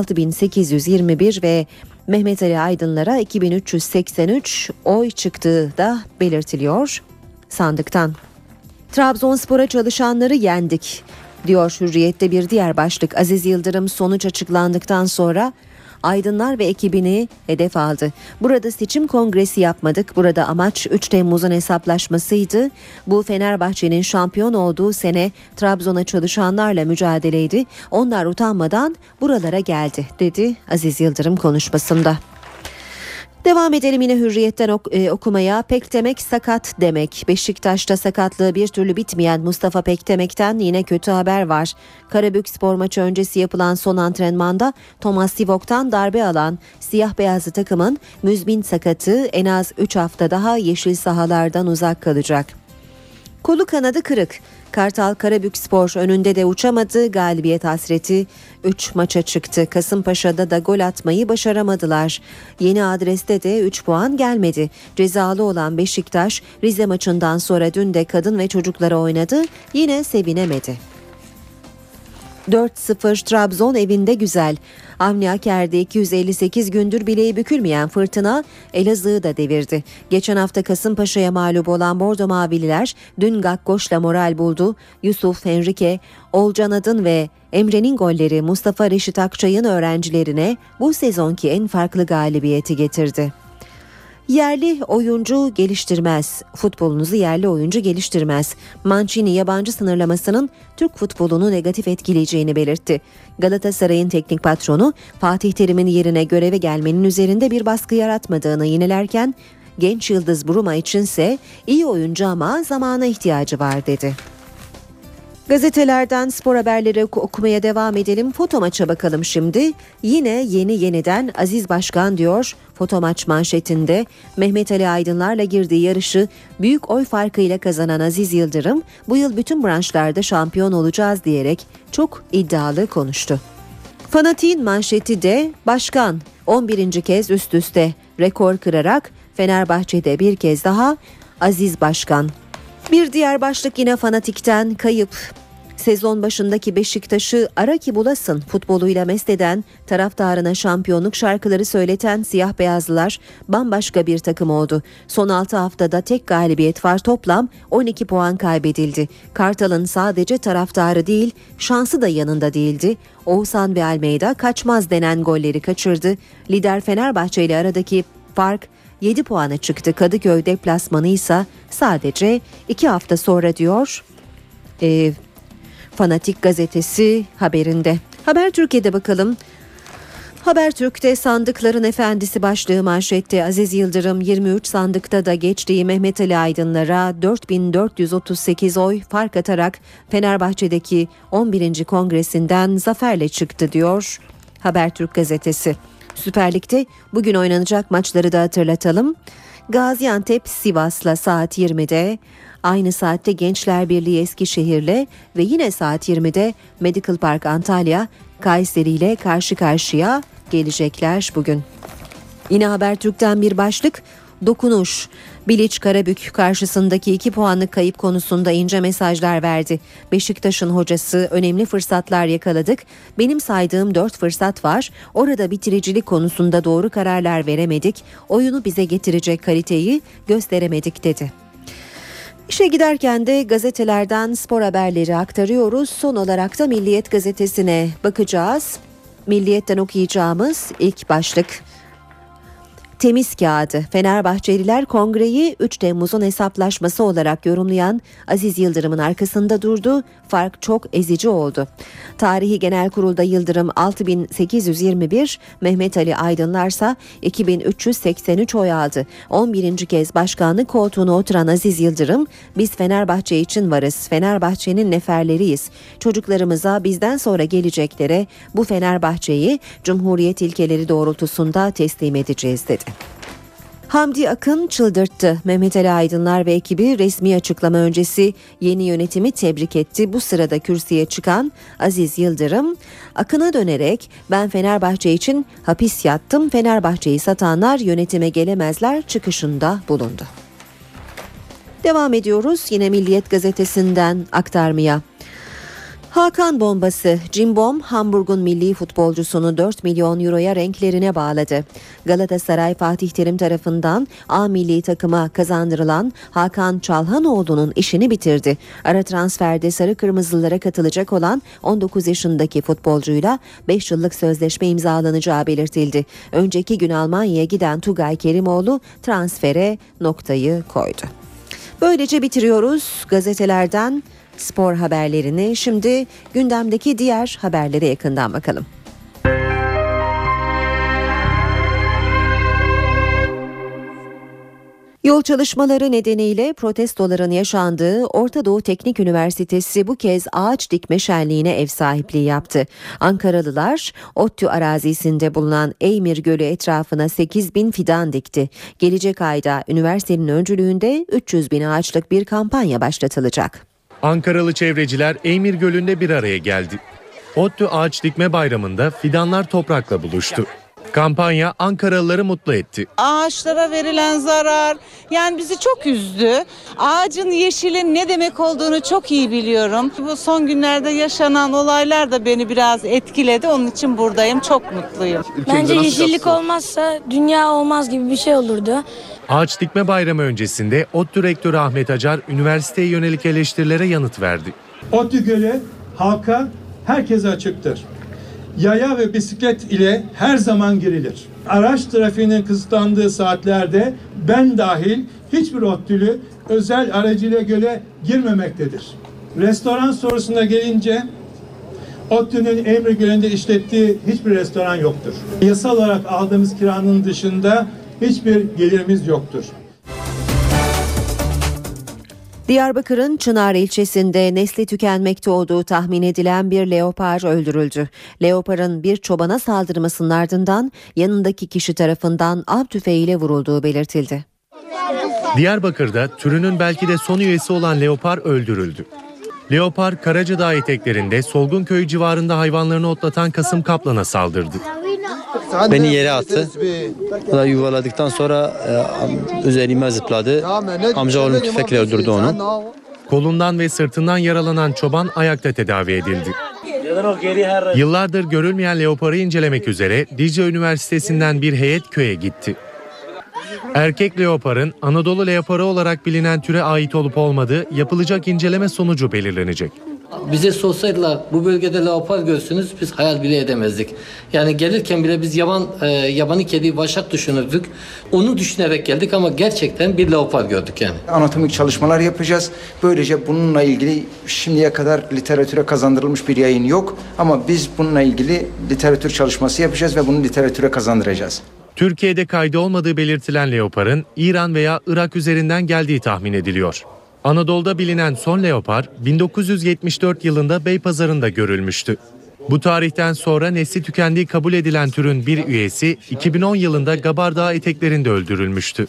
6.821 ve Mehmet Ali Aydınlar'a 2.383 oy çıktığı da belirtiliyor sandıktan. Trabzonspor'a çalışanları yendik diyor Hürriyet'te bir diğer başlık. Aziz Yıldırım sonuç açıklandıktan sonra Aydınlar ve ekibini hedef aldı. Burada seçim kongresi yapmadık. Burada amaç 3 Temmuz'un hesaplaşmasıydı. Bu Fenerbahçe'nin şampiyon olduğu sene Trabzon'a çalışanlarla mücadeleydi. Onlar utanmadan buralara geldi dedi Aziz Yıldırım konuşmasında. Devam edelim yine Hürriyet'ten okumaya. Pektemek sakat demek. Beşiktaş'ta sakatlığı bir türlü bitmeyen Mustafa Pektemek'ten yine kötü haber var. Karabükspor maçı öncesi yapılan son antrenmanda Thomas Sivok'tan darbe alan siyah beyazlı takımın müzmin sakatı en az 3 hafta daha yeşil sahalardan uzak kalacak. Kolu kanadı kırık. Kartal Karabükspor önünde de uçamadı. Galibiyet hasreti 3 maça çıktı. Kasımpaşa'da da gol atmayı başaramadılar. Yeni adreste de 3 puan gelmedi. Cezalı olan Beşiktaş Rize maçından sonra dün de kadın ve çocuklara oynadı. Yine sevinemedi. 4-0 Trabzon evinde güzel. Avni Aker'de 258 gündür bileği bükülmeyen fırtına Elazığ'ı da devirdi. Geçen hafta Kasımpaşa'ya mağlup olan Bordo Mavililer dün Gakkoş'la moral buldu. Yusuf, Henrique, Olcan Adın ve Emre'nin golleri Mustafa Reşit Akçay'ın öğrencilerine bu sezonki en farklı galibiyeti getirdi. Yerli oyuncu geliştirmez. Futbolunuzu yerli oyuncu geliştirmez. Mancini yabancı sınırlamasının Türk futbolunu negatif etkileyeceğini belirtti. Galatasaray'ın teknik patronu Fatih Terim'in yerine göreve gelmenin üzerinde bir baskı yaratmadığını yinelerken genç yıldız Bruma içinse iyi oyuncu ama zamana ihtiyacı var dedi. Gazetelerden spor haberleri okumaya devam edelim. Foto maça bakalım şimdi. Yine yeniden Aziz Başkan diyor foto maç manşetinde. Mehmet Ali Aydınlar'la girdiği yarışı büyük oy farkıyla kazanan Aziz Yıldırım bu yıl bütün branşlarda şampiyon olacağız diyerek çok iddialı konuştu. Fanatik'in manşeti de başkan 11. kez üst üste rekor kırarak Fenerbahçe'de bir kez daha Aziz Başkan. Bir diğer başlık yine Fanatik'ten kayıp. Sezon başındaki Beşiktaş'ı ara ki bulasın futboluyla mest eden, taraftarına şampiyonluk şarkıları söyleten siyah beyazlılar bambaşka bir takım oldu. Son 6 haftada tek galibiyet var, toplam 12 puan kaybedildi. Kartal'ın sadece taraftarı değil, şansı da yanında değildi. Oğuzhan ve Almeida kaçmaz denen golleri kaçırdı. Lider Fenerbahçe ile aradaki fark 7 puana çıktı. Kadıköy deplasmanı ise sadece 2 hafta sonra diyor Fanatik gazetesi haberinde. Haber Türkiye'de bakalım. Habertürk'te sandıkların efendisi başlığı manşette. Aziz Yıldırım 23 sandıkta da geçtiği Mehmet Ali Aydınlar'a 4438 oy fark atarak Fenerbahçe'deki 11. kongresinden zaferle çıktı diyor Habertürk gazetesi. Süper Lig'de bugün oynanacak maçları da hatırlatalım. Gaziantep Sivas'la saat 20'de, aynı saatte Gençler Birliği Eskişehir'le ve yine saat 20'de Medical Park Antalya Kayseri ile karşı karşıya gelecekler bugün. Yine Habertürk'ten bir başlık, dokunuş. Bilic Karabük karşısındaki 2 puanlık kayıp konusunda ince mesajlar verdi. Beşiktaş'ın hocası önemli fırsatlar yakaladık. Benim saydığım 4 fırsat var. Orada bitiricilik konusunda doğru kararlar veremedik. Oyunu bize getirecek kaliteyi gösteremedik dedi. İşe giderken de gazetelerden spor haberleri aktarıyoruz. Son olarak da Milliyet gazetesine bakacağız. Milliyet'ten okuyacağımız ilk başlık: temiz kağıdı. Fenerbahçeliler kongreyi 3 Temmuz'un hesaplaşması olarak yorumlayan Aziz Yıldırım'ın arkasında durdu. Fark çok ezici oldu. Tarihi Genel Kurul'da Yıldırım 6821, Mehmet Ali Aydınlarsa 2383 oy aldı. 11. kez başkanlık koltuğuna oturan Aziz Yıldırım, biz Fenerbahçe için varız, Fenerbahçe'nin neferleriyiz. Çocuklarımıza, bizden sonra geleceklere bu Fenerbahçe'yi Cumhuriyet ilkeleri doğrultusunda teslim edeceğiz dedi. Hamdi Akın çıldırttı. Mehmet Ali Aydınlar ve ekibi resmi açıklama öncesi yeni yönetimi tebrik etti. Bu sırada kürsüye çıkan Aziz Yıldırım, Akın'a dönerek ben Fenerbahçe için hapis yattım, Fenerbahçe'yi satanlar yönetime gelemezler çıkışında bulundu. Devam ediyoruz yine Milliyet gazetesinden aktarmaya. Hakan bombası. Cimbom, Hamburg'un milli futbolcusunu 4 milyon euroya renklerine bağladı. Galatasaray Fatih Terim tarafından A milli takıma kazandırılan Hakan Çalhanoğlu'nun işini bitirdi. Ara transferde sarı kırmızılara katılacak olan 19 yaşındaki futbolcuyla 5 yıllık sözleşme imzalanacağı belirtildi. Önceki gün Almanya'ya giden Tugay Kerimoğlu transfere noktayı koydu. Böylece bitiriyoruz gazetelerden spor haberlerini. Şimdi gündemdeki diğer haberlere yakından bakalım. Yol çalışmaları nedeniyle protestoların yaşandığı Orta Doğu Teknik Üniversitesi bu kez ağaç dikme şenliğine ev sahipliği yaptı. Ankaralılar ODTÜ arazisinde bulunan Eymir Gölü etrafına 8.000 fidan dikti. Gelecek ayda üniversitenin öncülüğünde 300.000 ağaçlık bir kampanya başlatılacak. Ankaralı çevreciler Eymir Gölü'nde bir araya geldi. ODTÜ Ağaç Dikme Bayramı'nda fidanlar toprakla buluştu. Kampanya Ankaralıları mutlu etti. Ağaçlara verilen zarar yani bizi çok üzdü. Ağacın, yeşilin ne demek olduğunu çok iyi biliyorum. Bu son günlerde yaşanan olaylar da beni biraz etkiledi. Onun için buradayım. Çok mutluyum. Bence yeşillik olmazsa dünya olmaz gibi bir şey olurdu. Ağaç Dikme Bayramı öncesinde ODTÜ Rektörü Ahmet Acar üniversiteye yönelik eleştirilere yanıt verdi. ODTÜ Gölü halka, herkese açıktır. Yaya ve bisiklet ile her zaman girilir. Araç trafiğinin kısıtlandığı saatlerde ben dahil hiçbir ODTÜ'lü özel aracıyla göle girmemektedir. Restoran sorusuna gelince ODTÜ'nün Eymir Gölü'nde işlettiği hiçbir restoran yoktur. Yasal olarak aldığımız kiranın dışında hiçbir gelirimiz yoktur. Diyarbakır'ın Çınar ilçesinde nesli tükenmekte olduğu tahmin edilen bir leopar öldürüldü. Leoparın bir çobana saldırmasının ardından yanındaki kişi tarafından av tüfeğiyle vurulduğu belirtildi. Diyarbakır'da türünün belki de son üyesi olan leopar öldürüldü. Leopar Karacadağ eteklerinde Solgunköy civarında hayvanlarını otlatan Kasım Kaplan'a saldırdı. Beni yere attı. Yuvaladıktan sonra üzerime zıpladı. Amcaoğlum tüfekle öldürdü onu. Kolundan ve sırtından yaralanan çoban ayakta tedavi edildi. Yıllardır görülmeyen leoparı incelemek üzere Dicle Üniversitesi'nden bir heyet köye gitti. Erkek leoparın Anadolu leoparı olarak bilinen türe ait olup olmadığı yapılacak inceleme sonucu belirlenecek. Bize sorsaydılar bu bölgede leopar görsünüz biz hayal bile edemezdik. Yani gelirken bile biz yabani kedi, vaşak düşünürdük. Onu düşünerek geldik ama gerçekten bir leopar gördük yani. Anatomik çalışmalar yapacağız. Böylece bununla ilgili şimdiye kadar literatüre kazandırılmış bir yayın yok. Ama biz bununla ilgili literatür çalışması yapacağız ve bunu literatüre kazandıracağız. Türkiye'de kaydı olmadığı belirtilen leoparın İran veya Irak üzerinden geldiği tahmin ediliyor. Anadolu'da bilinen son leopar 1974 yılında Beypazarı'nda görülmüştü. Bu tarihten sonra nesli tükendiği kabul edilen türün bir üyesi 2010 yılında Gabar Dağı eteklerinde öldürülmüştü.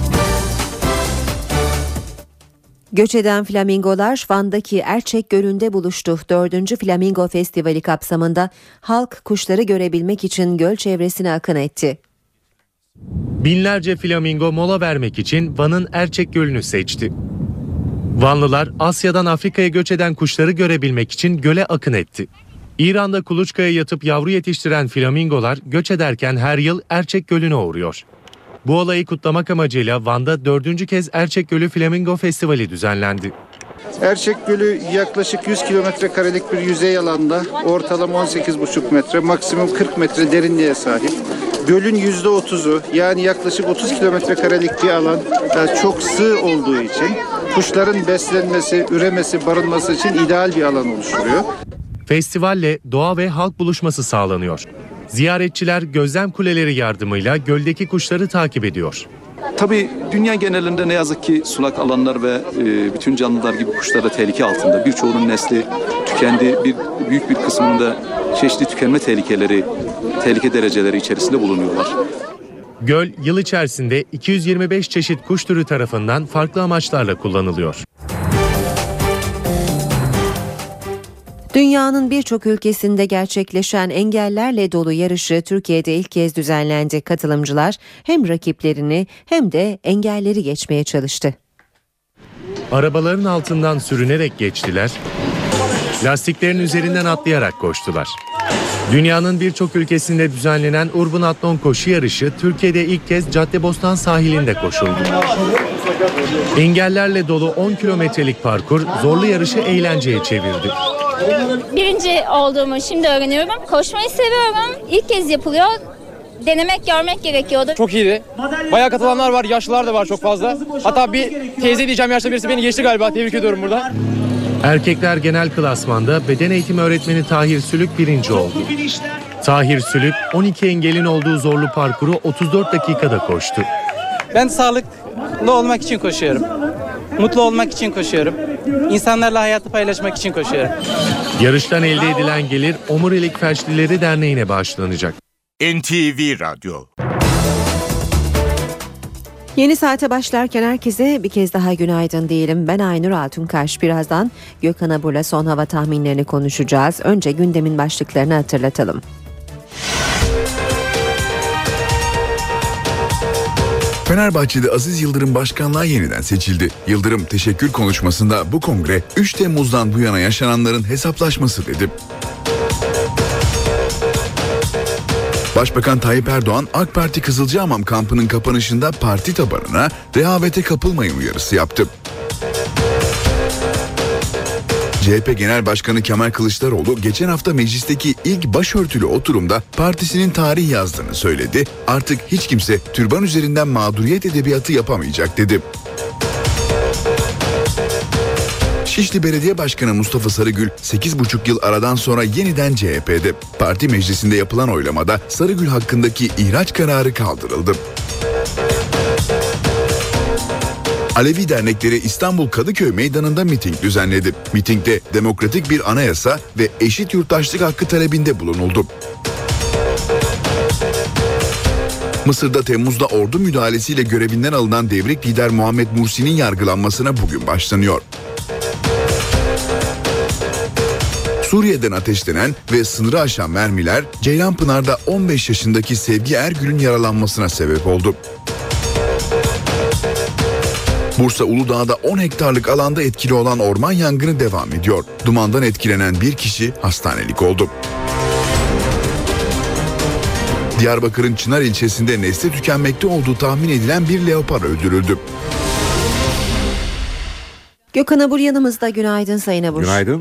Göç eden flamingolar Van'daki Erçek Gölü'nde buluştu. 4. Flamingo Festivali kapsamında halk kuşları görebilmek için göl çevresine akın etti. Binlerce flamingo mola vermek için Van'ın Erçek Gölü'nü seçti. Vanlılar Asya'dan Afrika'ya göç eden kuşları görebilmek için göle akın etti. İran'da kuluçkaya yatıp yavru yetiştiren flamingolar göç ederken her yıl Erçek Gölü'ne uğruyor. Bu olayı kutlamak amacıyla Van'da 4. kez Erçek Gölü Flamingo Festivali düzenlendi. Erçek Gölü yaklaşık 100 kilometre karelik bir yüzey alanda ortalama 18,5 metre, maksimum 40 metre derinliğe sahip. Gölün %30'u yani yaklaşık 30 kilometre karelik bir alan çok sığ olduğu için kuşların beslenmesi, üremesi, barınması için ideal bir alan oluşturuyor. Festivalle doğa ve halk buluşması sağlanıyor. Ziyaretçiler gözlem kuleleri yardımıyla göldeki kuşları takip ediyor. Tabii dünya genelinde ne yazık ki sulak alanlar ve bütün canlılar gibi kuşlar da tehlike altında. Birçoğunun nesli tükendi. Büyük bir kısmında çeşitli tükenme tehlike dereceleri içerisinde bulunuyorlar. Göl yıl içerisinde 225 çeşit kuş türü tarafından farklı amaçlarla kullanılıyor. Dünyanın birçok ülkesinde gerçekleşen engellerle dolu yarışı Türkiye'de ilk kez düzenlendi. Katılımcılar hem rakiplerini hem de engelleri geçmeye çalıştı. Arabaların altından sürünerek geçtiler, lastiklerin üzerinden atlayarak koştular. Dünyanın birçok ülkesinde düzenlenen Urban Athlon koşu yarışı Türkiye'de ilk kez Caddebostan sahilinde koşuldu. Engellerle dolu 10 kilometrelik parkur zorlu yarışı eğlenceye çevirdi. Birinci olduğumu şimdi öğreniyorum. Koşmayı seviyorum. İlk kez yapılıyor. Denemek, görmek gerekiyordu. Çok iyiydi. Bayağı katılanlar var, yaşlılar da var çok fazla. Hatta bir teyze diyeceğim yaşlı birisi beni geçti galiba. Tebrik ediyorum burada. Erkekler genel klasmanda beden eğitimi öğretmeni Tahir Sülük birinci oldu. Tahir Sülük 12 engelin olduğu zorlu parkuru 34 dakikada koştu. Ben sağlıklı olmak için koşuyorum. Mutlu olmak için koşuyorum. İnsanlarla hayatı paylaşmak için koşuyorum. Yarıştan elde edilen gelir Omurilik Felçlileri Derneği'ne bağışlanacak. NTV Radyo. Yeni saate başlarken herkese bir kez daha günaydın diyelim. Ben Aynur Altunkaş. Birazdan Gökhan Abur'la son hava tahminlerini konuşacağız. Önce gündemin başlıklarını hatırlatalım. Fenerbahçe'de Aziz Yıldırım başkanlığa yeniden seçildi. Yıldırım teşekkür konuşmasında bu kongre 3 Temmuz'dan bu yana yaşananların hesaplaşması dedi. Başbakan Tayyip Erdoğan AK Parti Kızılcahamam kampının kapanışında parti tabanına rehavete kapılmayın uyarısı yaptı. CHP Genel Başkanı Kemal Kılıçdaroğlu geçen hafta meclisteki ilk başörtülü oturumda partisinin tarih yazdığını söyledi. Artık hiç kimse türban üzerinden mağduriyet edebiyatı yapamayacak dedi. Şişli Belediye Başkanı Mustafa Sarıgül 8,5 yıl aradan sonra yeniden CHP'de. Parti meclisinde yapılan oylamada Sarıgül hakkındaki ihraç kararı kaldırıldı. Alevi dernekleri İstanbul Kadıköy Meydanı'nda miting düzenledi. Mitingde demokratik bir anayasa ve eşit yurttaşlık hakkı talebinde bulunuldu. Mısır'da Temmuz'da ordu müdahalesiyle görevinden alınan devrik lider Muhammed Mursi'nin yargılanmasına bugün başlanıyor. Suriye'den ateşlenen ve sınırı aşan mermiler Ceylanpınar'da 15 yaşındaki Sevgi Ergül'ün yaralanmasına sebep oldu. Bursa Uludağ'da 10 hektarlık alanda etkili olan orman yangını devam ediyor. Dumandan etkilenen bir kişi hastanelik oldu. Diyarbakır'ın Çınar ilçesinde nesli tükenmekte olduğu tahmin edilen bir leopar öldürüldü. Gökhan Abur yanımızda. Günaydın Sayın Abur. Günaydın.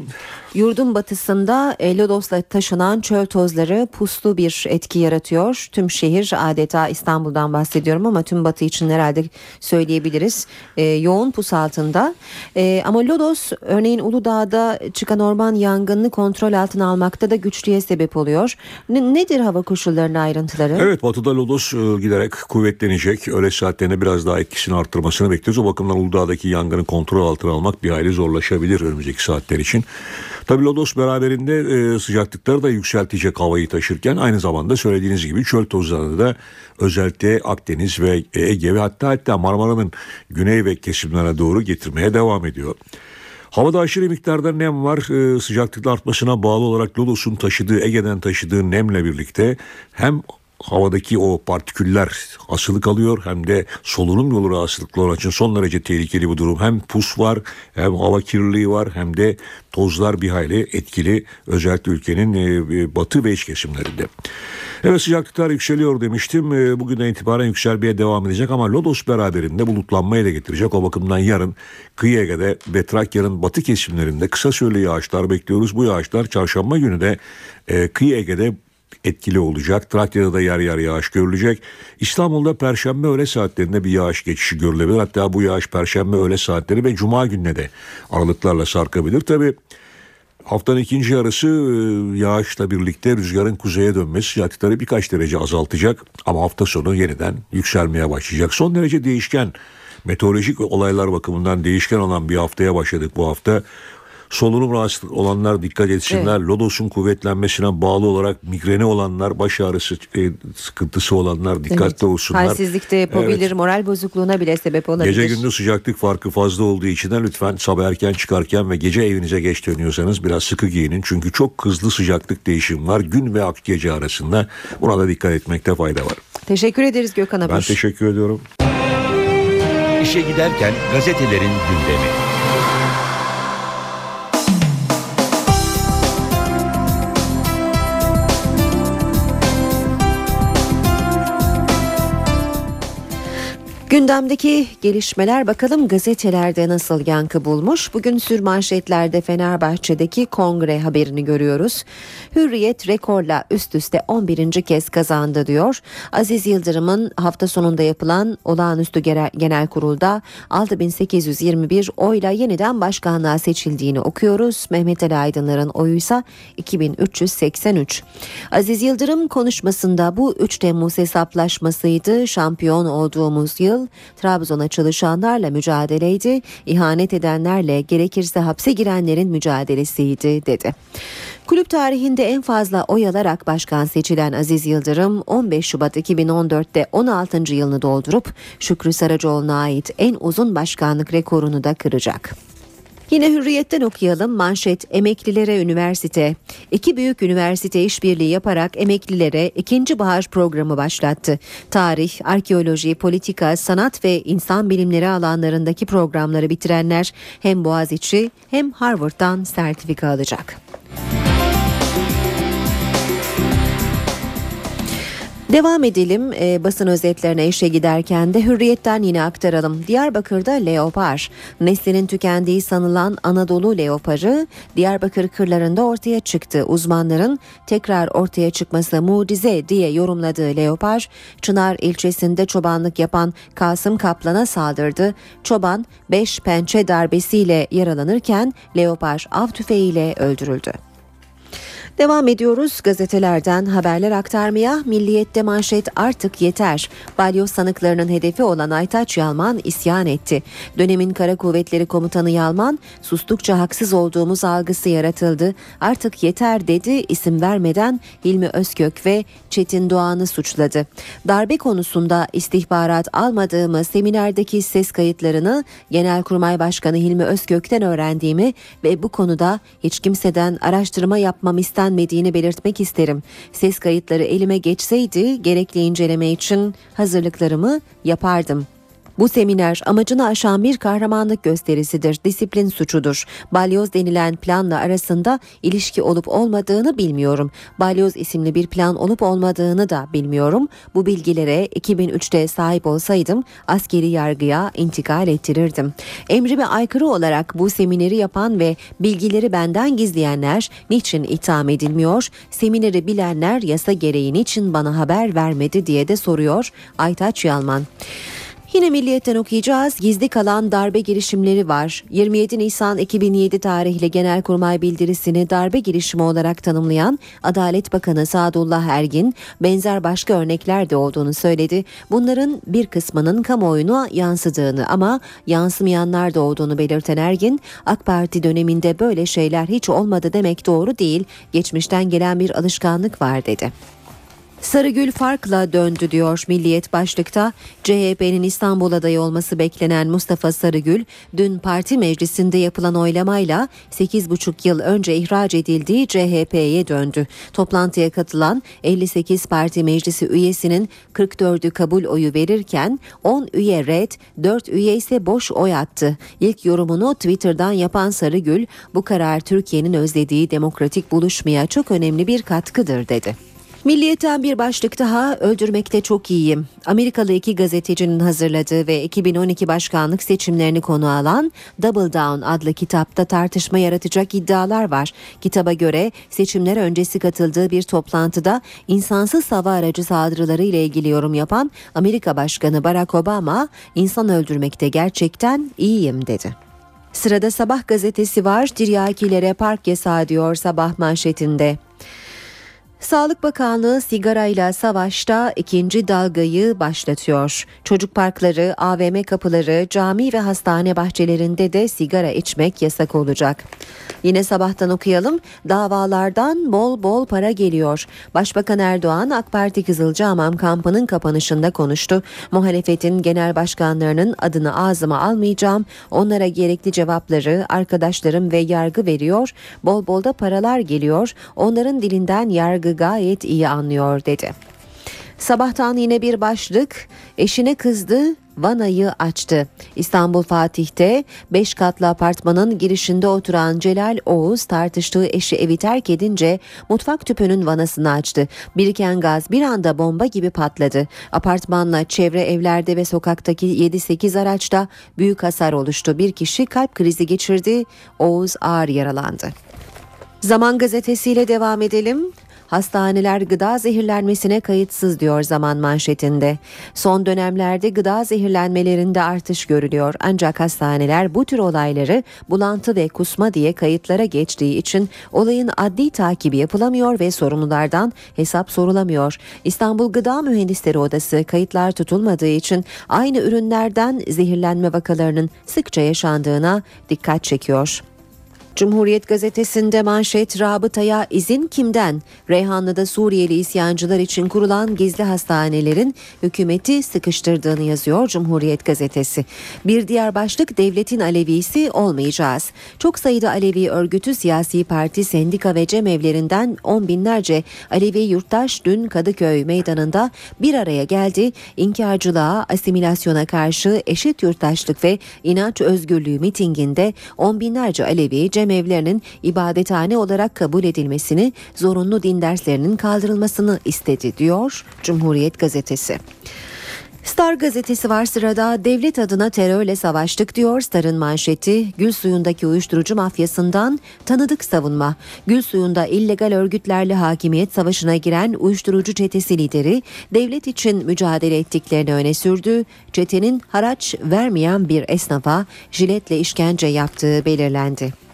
Yurdun batısında Lodos'la taşınan çöl tozları puslu bir etki yaratıyor. Tüm şehir, adeta İstanbul'dan bahsediyorum ama tüm batı için herhalde söyleyebiliriz. Yoğun pus altında. Ama Lodos örneğin Uludağ'da çıkan orman yangınını kontrol altına almakta da güçlüğe sebep oluyor. Nedir hava koşullarının ayrıntıları? Evet, batıda Lodos giderek kuvvetlenecek. Öğle saatlerinde biraz daha etkisini arttırmasını bekliyoruz. O bakımdan Uludağ'daki yangını kontrol altına almak bir hayli zorlaşabilir önümüzdeki saatler için. Tabii Lodos beraberinde sıcaklıkları da yükseltecek havayı taşırken aynı zamanda söylediğiniz gibi çöl tozlarını da özellikle Akdeniz ve Ege ve hatta Marmara'nın güney ve kesimlerine doğru getirmeye devam ediyor. Havada aşırı miktarda nem var. Sıcaklıkla artmasına bağlı olarak Lodos'un taşıdığı, Ege'den taşıdığı nemle birlikte hem havadaki o partiküller asılı kalıyor hem de solunum yolu rahatsızlıkları olan için son derece tehlikeli bu durum. Hem pus var, hem hava kirliliği var, hem de tozlar bir hayli etkili, özellikle ülkenin batı ve iç kesimlerinde. Evet, sıcaklıklar yükseliyor demiştim. Bugünden itibaren yükselmeye devam edecek ama Lodos beraberinde bulutlanmayı da getirecek. O bakımdan yarın kıyı Ege'de ve Trakya'nın batı kesimlerinde kısa süreli yağışlar bekliyoruz. Bu yağışlar çarşamba günü de kıyı Ege'de etkili olacak. Trakya'da da yer yer yağış görülecek. İstanbul'da Perşembe öğle saatlerinde bir yağış geçişi görülebilir. Hatta bu yağış Perşembe öğle saatleri ve Cuma gününe de aralıklarla sarkabilir. Tabii haftanın ikinci yarısı yağışla birlikte rüzgarın kuzeye dönmesi sıcaklıkları birkaç derece azaltacak. Ama hafta sonu yeniden yükselmeye başlayacak. Son derece değişken, meteorolojik olaylar bakımından değişken olan bir haftaya başladık bu hafta. Solunum rahatsızlığı olanlar dikkat etsinler. Evet. Lodos'un kuvvetlenmesine bağlı olarak migreni olanlar, baş ağrısı sıkıntısı olanlar dikkatli olsunlar. Halsizlik de yapabilir, evet. Moral bozukluğuna bile sebep olabilir. Gece gündüz sıcaklık farkı fazla olduğu için de lütfen sabah erken çıkarken ve gece evinize geç dönüyorsanız biraz sıkı giyinin. Çünkü çok hızlı sıcaklık değişimi var gün ve gece arasında. Buna da dikkat etmekte fayda var. Teşekkür ederiz Gökhan Abur. Ben teşekkür ediyorum. İşe giderken gazetelerin gündemi. Gündemdeki gelişmeler bakalım gazetelerde nasıl yankı bulmuş. Bugün sürmanşetlerde Fenerbahçe'deki kongre haberini görüyoruz. Hürriyet rekorla üst üste 11. kez kazandı diyor. Aziz Yıldırım'ın hafta sonunda yapılan olağanüstü genel kurulda 6821 oyla yeniden başkanlığa seçildiğini okuyoruz. Mehmet Ali Aydınlar'ın oyuysa 2383. Aziz Yıldırım konuşmasında bu 3 Temmuz hesaplaşmasıydı. Şampiyon olduğumuz yıl Trabzon'a çalışanlarla mücadeleydi, ihanet edenlerle, gerekirse hapse girenlerin mücadelesiydi dedi. Kulüp tarihinde en fazla oy alarak başkan seçilen Aziz Yıldırım 15 Şubat 2014'te 16. yılını doldurup Şükrü Saracoğlu'na ait en uzun başkanlık rekorunu da kıracak. Yine Hürriyet'ten okuyalım manşet emeklilere üniversite. 2 büyük üniversite işbirliği yaparak emeklilere 2. bahar programı başlattı. Tarih, arkeoloji, politika, sanat ve insan bilimleri alanlarındaki programları bitirenler hem Boğaziçi hem Harvard'dan sertifika alacak. Devam edelim basın özetlerine işe giderken de Hürriyet'ten yine aktaralım. Diyarbakır'da leopar, neslinin tükendiği sanılan Anadolu leoparı Diyarbakır kırlarında ortaya çıktı. Uzmanların tekrar ortaya çıkması mucize diye yorumladığı leopar, Çınar ilçesinde çobanlık yapan Kasım Kaplan'a saldırdı. Çoban 5 pençe darbesiyle yaralanırken leopar av tüfeğiyle öldürüldü. Devam ediyoruz gazetelerden haberler aktarmaya. Milliyet'te manşet artık yeter. Balyoz sanıklarının hedefi olan Aytaç Yalman isyan etti. Dönemin Kara Kuvvetleri Komutanı Yalman, sustukça haksız olduğumuz algısı yaratıldı. Artık yeter dedi, isim vermeden Hilmi Özkök ve Çetin Doğan'ı suçladı. Darbe konusunda istihbarat almadığımı, seminerdeki ses kayıtlarını Genelkurmay Başkanı Hilmi Özkök'ten öğrendiğimi ve bu konuda hiç kimseden araştırma yapmam istenmediğini belirtmek isterim. Ses kayıtları elime geçseydi gerekli inceleme için hazırlıklarımı yapardım Bu seminer amacını aşan bir kahramanlık gösterisidir, disiplin suçudur. Balyoz denilen planla arasında ilişki olup olmadığını bilmiyorum. Balyoz isimli bir plan olup olmadığını da bilmiyorum. Bu bilgilere 2003'te sahip olsaydım askeri yargıya intikal ettirirdim. Emrime aykırı olarak bu semineri yapan ve bilgileri benden gizleyenler niçin itham edilmiyor? Semineri bilenler yasa gereği niçin bana haber vermedi diye de soruyor Aytaç Yalman. Yine Milliyet'ten okuyacağız. Gizli kalan darbe girişimleri var. 27 Nisan 2007 tarihli Genelkurmay bildirisini darbe girişimi olarak tanımlayan Adalet Bakanı Sadullah Ergin, benzer başka örnekler de olduğunu söyledi. Bunların bir kısmının kamuoyuna yansıdığını ama yansımayanlar da olduğunu belirten Ergin, AK Parti döneminde böyle şeyler hiç olmadı demek doğru değil, geçmişten gelen bir alışkanlık var dedi. Sarıgül farkla döndü diyor Milliyet başlıkta. CHP'nin İstanbul adayı olması beklenen Mustafa Sarıgül, dün parti meclisinde yapılan oylamayla 8,5 yıl önce ihraç edildiği CHP'ye döndü. Toplantıya katılan 58 parti meclisi üyesinin 44'ü kabul oyu verirken 10 üye red, 4 üye ise boş oy attı. İlk yorumunu Twitter'dan yapan Sarıgül, bu karar Türkiye'nin özlediği demokratik buluşmaya çok önemli bir katkıdır dedi. Milliyet'ten bir başlık daha, öldürmekte çok iyiyim. Amerikalı 2 gazetecinin hazırladığı ve 2012 başkanlık seçimlerini konu alan Double Down adlı kitapta tartışma yaratacak iddialar var. Kitaba göre seçimler öncesi katıldığı bir toplantıda insansız hava aracı saldırıları ile ilgili yorum yapan Amerika Başkanı Barack Obama, insan öldürmekte gerçekten iyiyim dedi. Sırada Sabah gazetesi var. Tiryakilere park yasağı diyor Sabah manşetinde. Sağlık Bakanlığı sigarayla savaşta ikinci dalgayı başlatıyor. Çocuk parkları, AVM kapıları, cami ve hastane bahçelerinde de sigara içmek yasak olacak. Yine Sabah'tan okuyalım. Davalardan bol bol para geliyor. Başbakan Erdoğan AK Parti Kızılcahamam kampının kapanışında konuştu. Muhalefetin genel başkanlarının adını ağzıma almayacağım. Onlara gerekli cevapları arkadaşlarım ve yargı veriyor. Bol bol da paralar geliyor. Onların dilinden yargı gayet iyi anlıyor dedi. Sabahtan yine bir başlık, eşine kızdı, vanayı açtı. İstanbul Fatih'te 5 katlı apartmanın girişinde oturan Celal Oğuz tartıştığı eşi evi terk edince mutfak tüpünün vanasını açtı. Biriken gaz bir anda bomba gibi patladı. Apartmanla çevre evlerde ve sokaktaki 7-8 araçta büyük hasar oluştu. Bir kişi kalp krizi geçirdi. Oğuz ağır yaralandı. Zaman gazetesiyle devam edelim. Hastaneler gıda zehirlenmesine kayıtsız diyor Zaman manşetinde. Son dönemlerde gıda zehirlenmelerinde artış görülüyor. Ancak hastaneler bu tür olayları bulantı ve kusma diye kayıtlara geçtiği için olayın adli takibi yapılamıyor ve sorumlulardan hesap sorulamıyor. İstanbul Gıda Mühendisleri Odası kayıtlar tutulmadığı için aynı ürünlerden zehirlenme vakalarının sıkça yaşandığına dikkat çekiyor. Cumhuriyet gazetesinde manşet, rabıtaya izin kimden? Reyhanlı'da Suriyeli isyancılar için kurulan gizli hastanelerin hükümeti sıkıştırdığını yazıyor Cumhuriyet gazetesi. Bir diğer başlık, devletin Alevisi olmayacağız. Çok sayıda Alevi örgütü, siyasi parti, sendika ve cemevlerinden on binlerce Alevi yurttaş dün Kadıköy meydanında bir araya geldi. İnkarcılığa, asimilasyona karşı eşit yurttaşlık ve inanç özgürlüğü mitinginde on binlerce Alevi cemevlerinin ibadethane olarak kabul edilmesini, zorunlu din derslerinin kaldırılmasını istedi diyor Cumhuriyet gazetesi. Star gazetesi var sırada. Devlet adına terörle savaştık diyor Star'ın manşeti. Gülsuyu'ndaki uyuşturucu mafyasından tanıdık savunma. Gülsuyu'nda illegal örgütlerle hakimiyet savaşına giren uyuşturucu çetesi lideri devlet için mücadele ettiklerini öne sürdü. Çetenin haraç vermeyen bir esnafa jiletle işkence yaptığı belirlendi.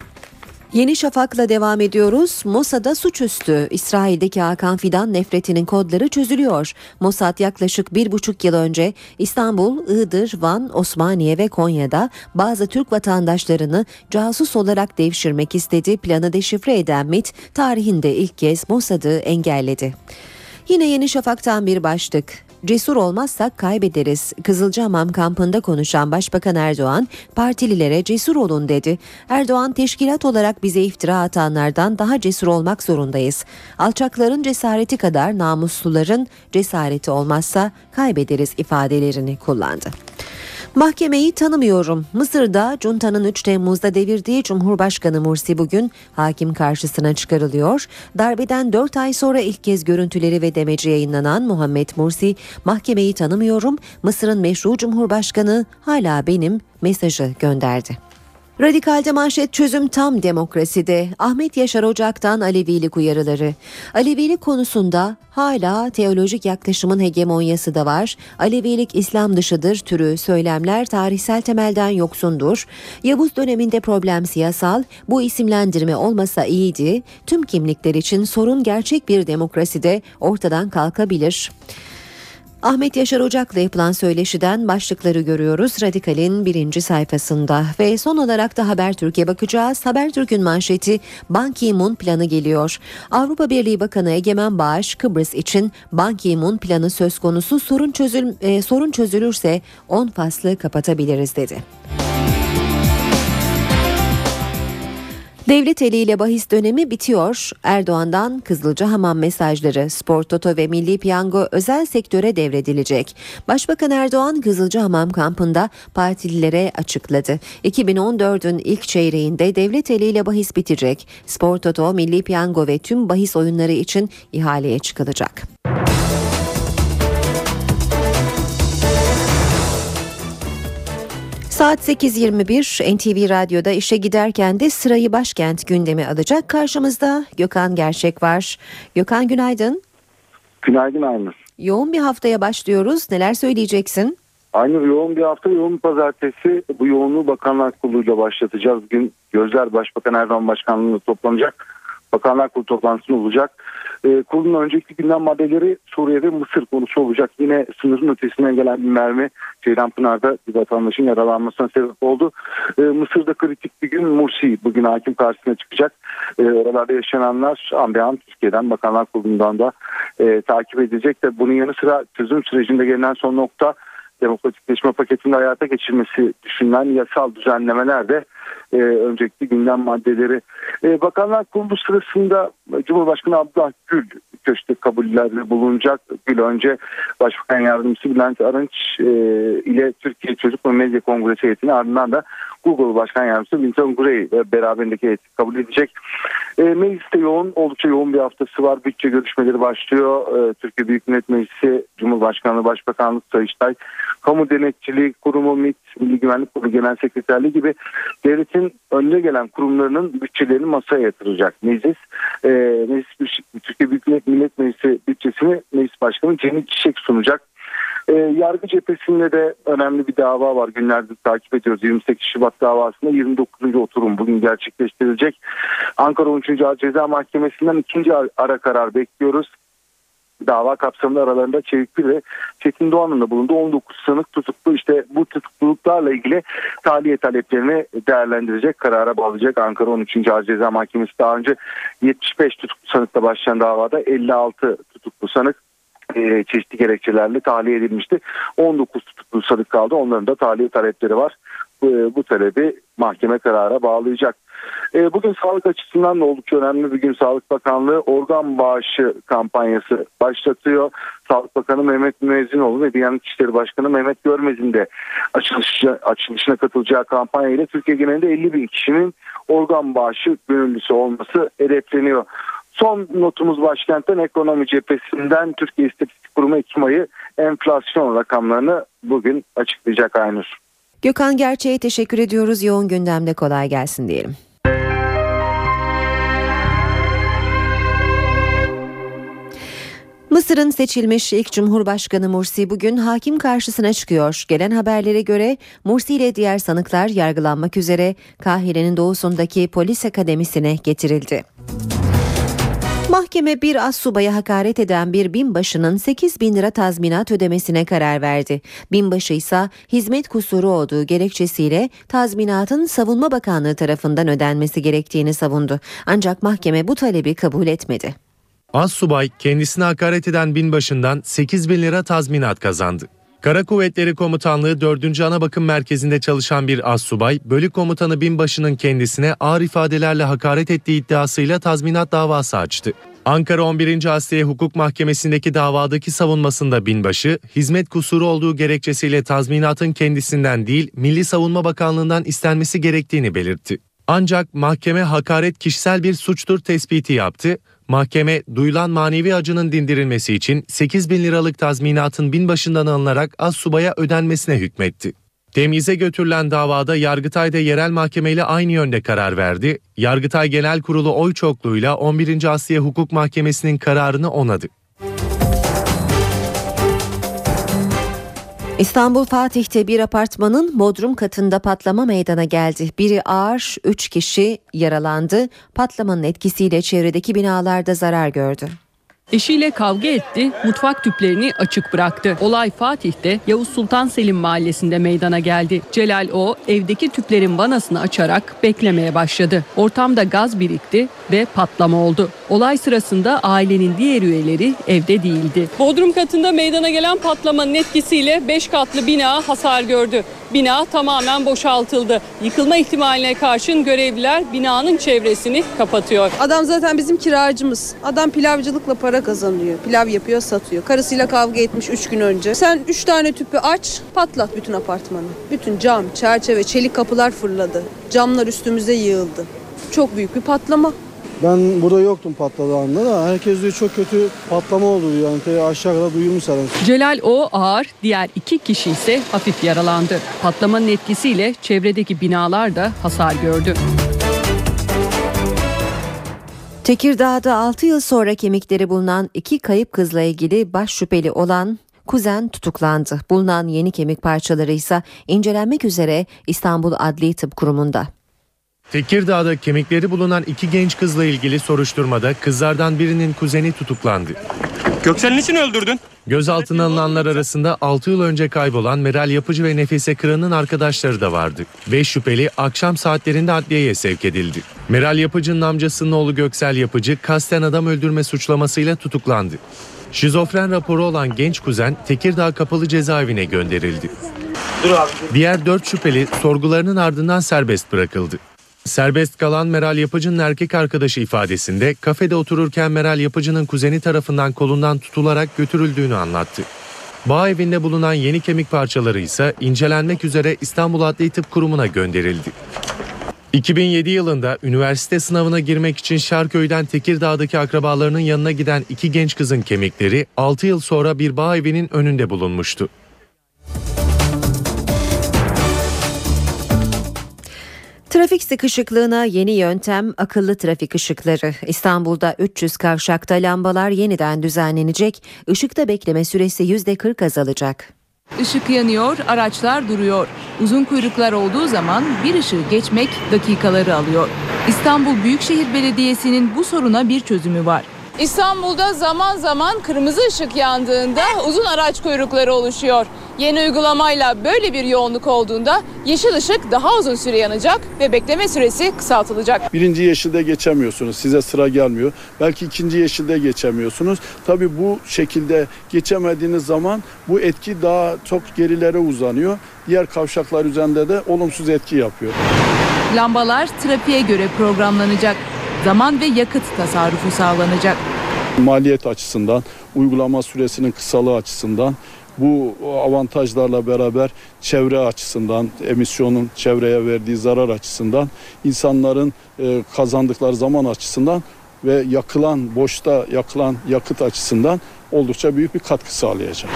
Yeni Şafak'la devam ediyoruz. Mossad'a suçüstü. İsrail'deki Hakan Fidan nefretinin kodları çözülüyor. Mossad yaklaşık 1,5 yıl önce İstanbul, Iğdır, Van, Osmaniye ve Konya'da bazı Türk vatandaşlarını casus olarak devşirmek istedi. Planı deşifre eden MİT tarihinde ilk kez Mossad'ı engelledi. Yine Yeni Şafak'tan bir başlık. Cesur olmazsak kaybederiz. Kızılcahamam kampında konuşan Başbakan Erdoğan, partililere cesur olun dedi. Erdoğan, teşkilat olarak bize iftira atanlardan daha cesur olmak zorundayız. Alçakların cesareti kadar namusluların cesareti olmazsa kaybederiz ifadelerini kullandı. Mahkemeyi tanımıyorum. Mısır'da Cunta'nın 3 Temmuz'da devirdiği Cumhurbaşkanı Mursi bugün hakim karşısına çıkarılıyor. Darbeden 4 ay sonra ilk kez görüntüleri ve demeci yayınlanan Muhammed Mursi, mahkemeyi tanımıyorum, Mısır'ın meşru Cumhurbaşkanı hala benim mesajı gönderdi. Radikal'de manşet çözüm tam demokraside. Ahmet Yaşar Ocak'tan Alevilik uyarıları. Alevilik konusunda hala teolojik yaklaşımın hegemonyası da var. Alevilik İslam dışıdır türü söylemler tarihsel temelden yoksundur. Yavuz döneminde problem siyasal, bu isimlendirme olmasa iyiydi. Tüm kimlikler için sorun gerçek bir demokraside ortadan kalkabilir. Ahmet Yaşar Ocak'la yapılan söyleşiden başlıkları görüyoruz Radikal'in 1. sayfasında. Ve son olarak da Habertürk'e bakacağız. Habertürk'ün manşeti Ban Ki-moon planı geliyor. Avrupa Birliği Bakanı Egemen Bağış, Kıbrıs için Ban Ki-moon planı söz konusu, sorun çözülürse 10 faslı kapatabiliriz dedi. Devlet eliyle bahis dönemi bitiyor. Erdoğan'dan Kızılcahamam mesajları, Spor Toto ve Milli Piyango özel sektöre devredilecek. Başbakan Erdoğan Kızılcahamam kampında partililere açıkladı. 2014'ün ilk çeyreğinde devlet eliyle bahis bitecek. Spor Toto, Milli Piyango ve tüm bahis oyunları için ihaleye çıkılacak. Saat 8.21 NTV Radyo'da işe giderken de sırayı başkent gündemi alacak. Karşımızda Gökhan Gerçek var. Gökhan günaydın. Günaydın Aynur. Yoğun bir haftaya başlıyoruz. Neler söyleyeceksin? Aynur, yoğun bir hafta, yoğun bir pazartesi. Bu yoğunluğu Bakanlar Kurulu'yla başlatacağız. Bugün gözler Başbakan Erdoğan Başkanlığı'nda toplanacak. Bakanlar Kurulu toplantısı olacak. Kurulun önceki gündem maddeleri Suriye ve Mısır konusu olacak. Yine sınırın ötesinden gelen bir mermi Ceylanpınar'da bir vatandaşın yaralanmasına sebep oldu. Mısır'da kritik bir gün. Mursi bugün hakim karşısına çıkacak. Oralarda yaşananlar ambeyan Türkiye'den, Bakanlar Kurulu'ndan da takip edilecek. De bunun yanı sıra çözüm sürecinde gelinen son nokta, demokratikleşme paketinde hayata geçirmesi düşünülen yasal düzenlemeler de öncelikli gündem maddeleri. Bakanlar Kurulu sırasında Cumhurbaşkanı Abdullah Gül köşte kabullerde bulunacak. Gül önce Başbakan Yardımcısı Bülent Arınç ile Türkiye Çocuk ve Medya Kongresi heyetini, ardından da Google Başkan Yardımcısı Vinton Gray ve beraberindeki heyeti kabul edecek. Mecliste oldukça yoğun bir haftası var. Bütçe görüşmeleri başlıyor. Türkiye Büyük Millet Meclisi, Cumhurbaşkanlığı, Başbakanlık, Sayıştay, Kamu Denetçiliği Kurumu, MİT, Milli Güvenlik Kurumu Genel Sekreterliği gibi devletin önüne gelen kurumlarının bütçelerini masaya yatıracak meclis. Türkiye Büyük Millet Meclisi bütçesini Meclis Başkanı Cemil Çiçek sunacak. Yargı cephesinde de önemli bir dava var. Günlerdir takip ediyoruz. 28 Şubat davasında 29. oturum bugün gerçekleştirilecek. Ankara 13. Ağır Ceza Mahkemesi'nden 2. ara karar bekliyoruz. Dava kapsamında aralarında Çevikli ve Çetin Doğan'ın da bulunduğu 19 sanık tutuklu. İşte bu tutukluluklarla ilgili tahliye taleplerini değerlendirecek, karara bağlayacak Ankara 13. Ağır Ceza Mahkemesi. Daha önce 75 tutuklu sanıkla başlayan davada 56 tutuklu sanık çeşitli gerekçelerle tahliye edilmişti. 19 tutuklu sanık kaldı. Onların da tahliye talepleri var. Bu talebi mahkeme karara bağlayacak. Bugün sağlık açısından da oldukça önemli bir gün. Sağlık Bakanlığı organ bağışı kampanyası başlatıyor. Sağlık Bakanı Mehmet Müezzinoğlu ve Diyanet İşleri Başkanı Mehmet Görmez'in de açılışına katılacağı kampanya ile Türkiye genelinde 50 bin kişinin organ bağışı gönüllüsü olması hedefleniyor. Son notumuz başkentten, ekonomi cephesinden. Türkiye İstatistik Kurumu Ekim ayı enflasyon rakamlarını bugün açıklayacak Aynur. Gökhan Gerçek'e teşekkür ediyoruz. Yoğun gündemde kolay gelsin diyelim. Mısır'ın seçilmiş ilk Cumhurbaşkanı Mursi bugün hakim karşısına çıkıyor. Gelen haberlere göre Mursi ile diğer sanıklar yargılanmak üzere Kahire'nin doğusundaki polis akademisine getirildi. Mahkeme bir astsubaya hakaret eden bir binbaşının 8.000 lira tazminat ödemesine karar verdi. Binbaşı ise hizmet kusuru olduğu gerekçesiyle tazminatın Savunma Bakanlığı tarafından ödenmesi gerektiğini savundu. Ancak mahkeme bu talebi kabul etmedi. Astsubay kendisine hakaret eden binbaşından 8.000 lira tazminat kazandı. Kara Kuvvetleri Komutanlığı 4. Anabakım Merkezi'nde çalışan bir astsubay, bölük komutanı binbaşının kendisine ağır ifadelerle hakaret ettiği iddiasıyla tazminat davası açtı. Ankara 11. Asliye Hukuk Mahkemesi'ndeki davadaki savunmasında binbaşı, hizmet kusuru olduğu gerekçesiyle tazminatın kendisinden değil, Milli Savunma Bakanlığı'ndan istenmesi gerektiğini belirtti. Ancak mahkeme hakaret kişisel bir suçtur tespiti yaptı. Mahkeme duyulan manevi acının dindirilmesi için 8.000 liralık tazminatın binbaşından alınarak astsubaya ödenmesine hükmetti. Temyize götürülen davada Yargıtay'da yerel mahkemeyle aynı yönde karar verdi. Yargıtay Genel Kurulu oy çokluğuyla 11. Asliye Hukuk Mahkemesi'nin kararını onadı. İstanbul Fatih'te bir apartmanın bodrum katında patlama meydana geldi. Biri ağır, 3 kişi yaralandı. Patlamanın etkisiyle çevredeki binalarda zarar gördü. Eşiyle kavga etti, mutfak tüplerini açık bıraktı. Olay Fatih'te Yavuz Sultan Selim mahallesinde meydana geldi. Celal O evdeki tüplerin vanasını açarak beklemeye başladı. Ortamda gaz birikti ve patlama oldu. Olay sırasında ailenin diğer üyeleri evde değildi. Bodrum katında meydana gelen patlamanın etkisiyle 5 katlı bina hasar gördü. Bina tamamen boşaltıldı. Yıkılma ihtimaline karşın görevliler binanın çevresini kapatıyor. Adam zaten bizim kiracımız. Adam pilavcılıkla para kazanıyor. Pilav yapıyor, satıyor. Karısıyla kavga etmiş 3 gün önce. Sen 3 tane tüpü aç, patlat bütün apartmanı. Bütün cam, çerçeve, çelik kapılar fırladı. Camlar üstümüze yığıldı. Çok büyük bir patlama. Ben burada yoktum patladığı anda da herkes diyor çok kötü patlama oldu yani aşağıda duyulmuş zaten. Celal O ağır, diğer 2 kişi ise hafif yaralandı. Patlamanın etkisiyle çevredeki binalar da hasar gördü. Tekirdağ'da 6 yıl sonra kemikleri bulunan 2 kayıp kızla ilgili baş şüpheli olan kuzen tutuklandı. Bulunan yeni kemik parçaları ise incelenmek üzere İstanbul Adli Tıp Kurumu'nda. Tekirdağ'da kemikleri bulunan 2 genç kızla ilgili soruşturmada kızlardan birinin kuzeni tutuklandı. Göksel'in için öldürdün. Gözaltına alınanlar arasında 6 yıl önce kaybolan Meral Yapıcı ve Nefise Kıran'ın arkadaşları da vardı. 5 şüpheli akşam saatlerinde adliyeye sevk edildi. Meral Yapıcı'nın amcasının oğlu Göksel Yapıcı kasten adam öldürme suçlamasıyla tutuklandı. Şizofren raporu olan genç kuzen Tekirdağ Kapalı Cezaevine gönderildi. Diğer 4 şüpheli sorgularının ardından serbest bırakıldı. Serbest kalan Meral Yapıcı'nın erkek arkadaşı ifadesinde kafede otururken Meral Yapıcı'nın kuzeni tarafından kolundan tutularak götürüldüğünü anlattı. Bağ evinde bulunan yeni kemik parçaları ise incelenmek üzere İstanbul Adli Tıp Kurumu'na gönderildi. 2007 yılında üniversite sınavına girmek için Şarköy'den Tekirdağ'daki akrabalarının yanına giden 2 genç kızın kemikleri 6 yıl sonra bir bağ evinin önünde bulunmuştu. Trafik sıkışıklığına yeni yöntem akıllı trafik ışıkları. İstanbul'da 300 kavşakta lambalar yeniden düzenlenecek. Işıkta bekleme süresi %40 azalacak. Işık yanıyor, araçlar duruyor. Uzun kuyruklar olduğu zaman bir ışığı geçmek dakikaları alıyor. İstanbul Büyükşehir Belediyesi'nin bu soruna bir çözümü var. İstanbul'da zaman zaman kırmızı ışık yandığında uzun araç kuyrukları oluşuyor. Yeni uygulamayla böyle bir yoğunluk olduğunda yeşil ışık daha uzun süre yanacak ve bekleme süresi kısaltılacak. Birinci yeşilde geçemiyorsunuz, size sıra gelmiyor. Belki ikinci yeşilde geçemiyorsunuz. Tabii bu şekilde geçemediğiniz zaman bu etki daha çok gerilere uzanıyor. Diğer kavşaklar üzerinde de olumsuz etki yapıyor. Lambalar trafiğe göre programlanacak. Zaman ve yakıt tasarrufu sağlanacak. Maliyet açısından, uygulama süresinin kısalığı açısından bu avantajlarla beraber çevre açısından, emisyonun çevreye verdiği zarar açısından, insanların kazandıkları zaman açısından ve boşta yakılan yakıt açısından oldukça büyük bir katkı sağlayacak.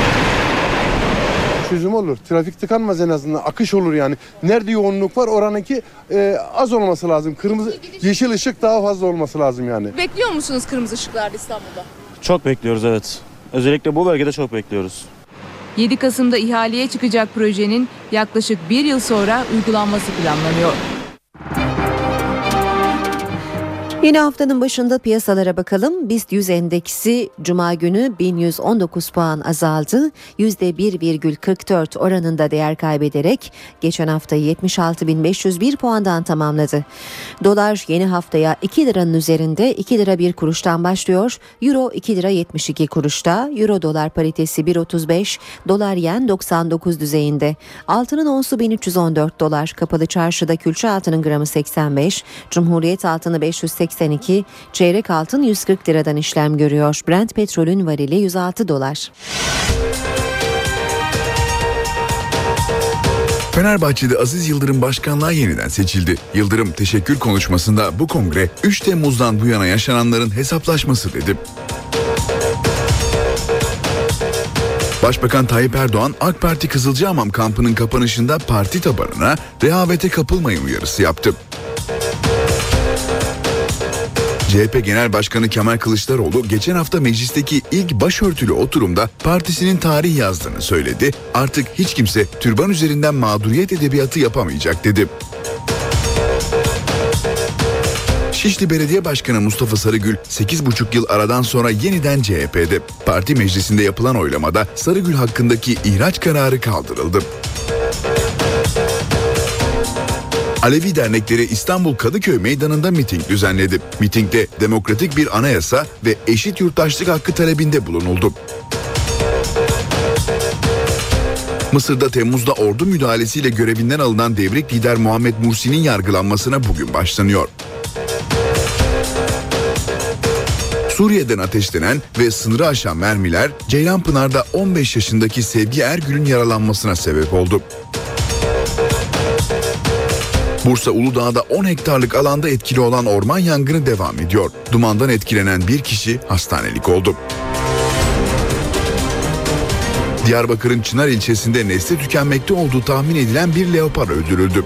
Çözüm olur. Trafik tıkanmaz en azından. Akış olur yani. Nerede yoğunluk var oranınki az olması lazım. Yeşil ışık daha fazla olması lazım yani. Bekliyor musunuz kırmızı ışıklarda İstanbul'da? Çok bekliyoruz, evet. Özellikle bu bölgede çok bekliyoruz. 7 Kasım'da ihaleye çıkacak projenin yaklaşık 1 yıl sonra uygulanması planlanıyor. Yeni haftanın başında piyasalara bakalım. BIST 100 endeksi Cuma günü 1119 puan azaldı. %1,44 oranında değer kaybederek geçen haftayı 76.501 puandan tamamladı. Dolar yeni haftaya 2 liranın üzerinde 2 lira 1 kuruştan başlıyor. Euro 2 lira 72 kuruşta. Euro dolar paritesi 1.35, dolar yen 99 düzeyinde. Altının onsu 1314 dolar. Kapalı çarşıda külçe altının gramı 85, Cumhuriyet altını 580 %82, çeyrek altın 140 liradan işlem görüyor. Brent petrolün varili 106 dolar. Fenerbahçe'de Aziz Yıldırım başkanlığa yeniden seçildi. Yıldırım teşekkür konuşmasında bu kongre 3 Temmuz'dan bu yana yaşananların hesaplaşması dedi. Başbakan Tayyip Erdoğan, AK Parti Kızılcahamam kampının kapanışında parti tabanına rehavete kapılmayın uyarısı yaptı. CHP Genel Başkanı Kemal Kılıçdaroğlu geçen hafta meclisteki ilk başörtülü oturumda partisinin tarih yazdığını söyledi. Artık hiç kimse türban üzerinden mağduriyet edebiyatı yapamayacak dedi. Şişli Belediye Başkanı Mustafa Sarıgül 8,5 yıl aradan sonra yeniden CHP'de. Parti meclisinde yapılan oylamada Sarıgül hakkındaki ihraç kararı kaldırıldı. Alevi dernekleri İstanbul Kadıköy Meydanı'nda miting düzenledi. Mitingde demokratik bir anayasa ve eşit yurttaşlık hakkı talebinde bulunuldu. Mısır'da Temmuz'da ordu müdahalesiyle görevinden alınan devrik lider Muhammed Mursi'nin yargılanmasına bugün başlanıyor. Suriye'den ateşlenen ve sınırı aşan mermiler Ceylanpınar'da 15 yaşındaki Sevgi Ergül'ün yaralanmasına sebep oldu. Bursa Uludağ'da 10 hektarlık alanda etkili olan orman yangını devam ediyor. Dumandan etkilenen bir kişi hastanelik oldu. Diyarbakır'ın Çınar ilçesinde nesli tükenmekte olduğu tahmin edilen bir leopar öldürüldü.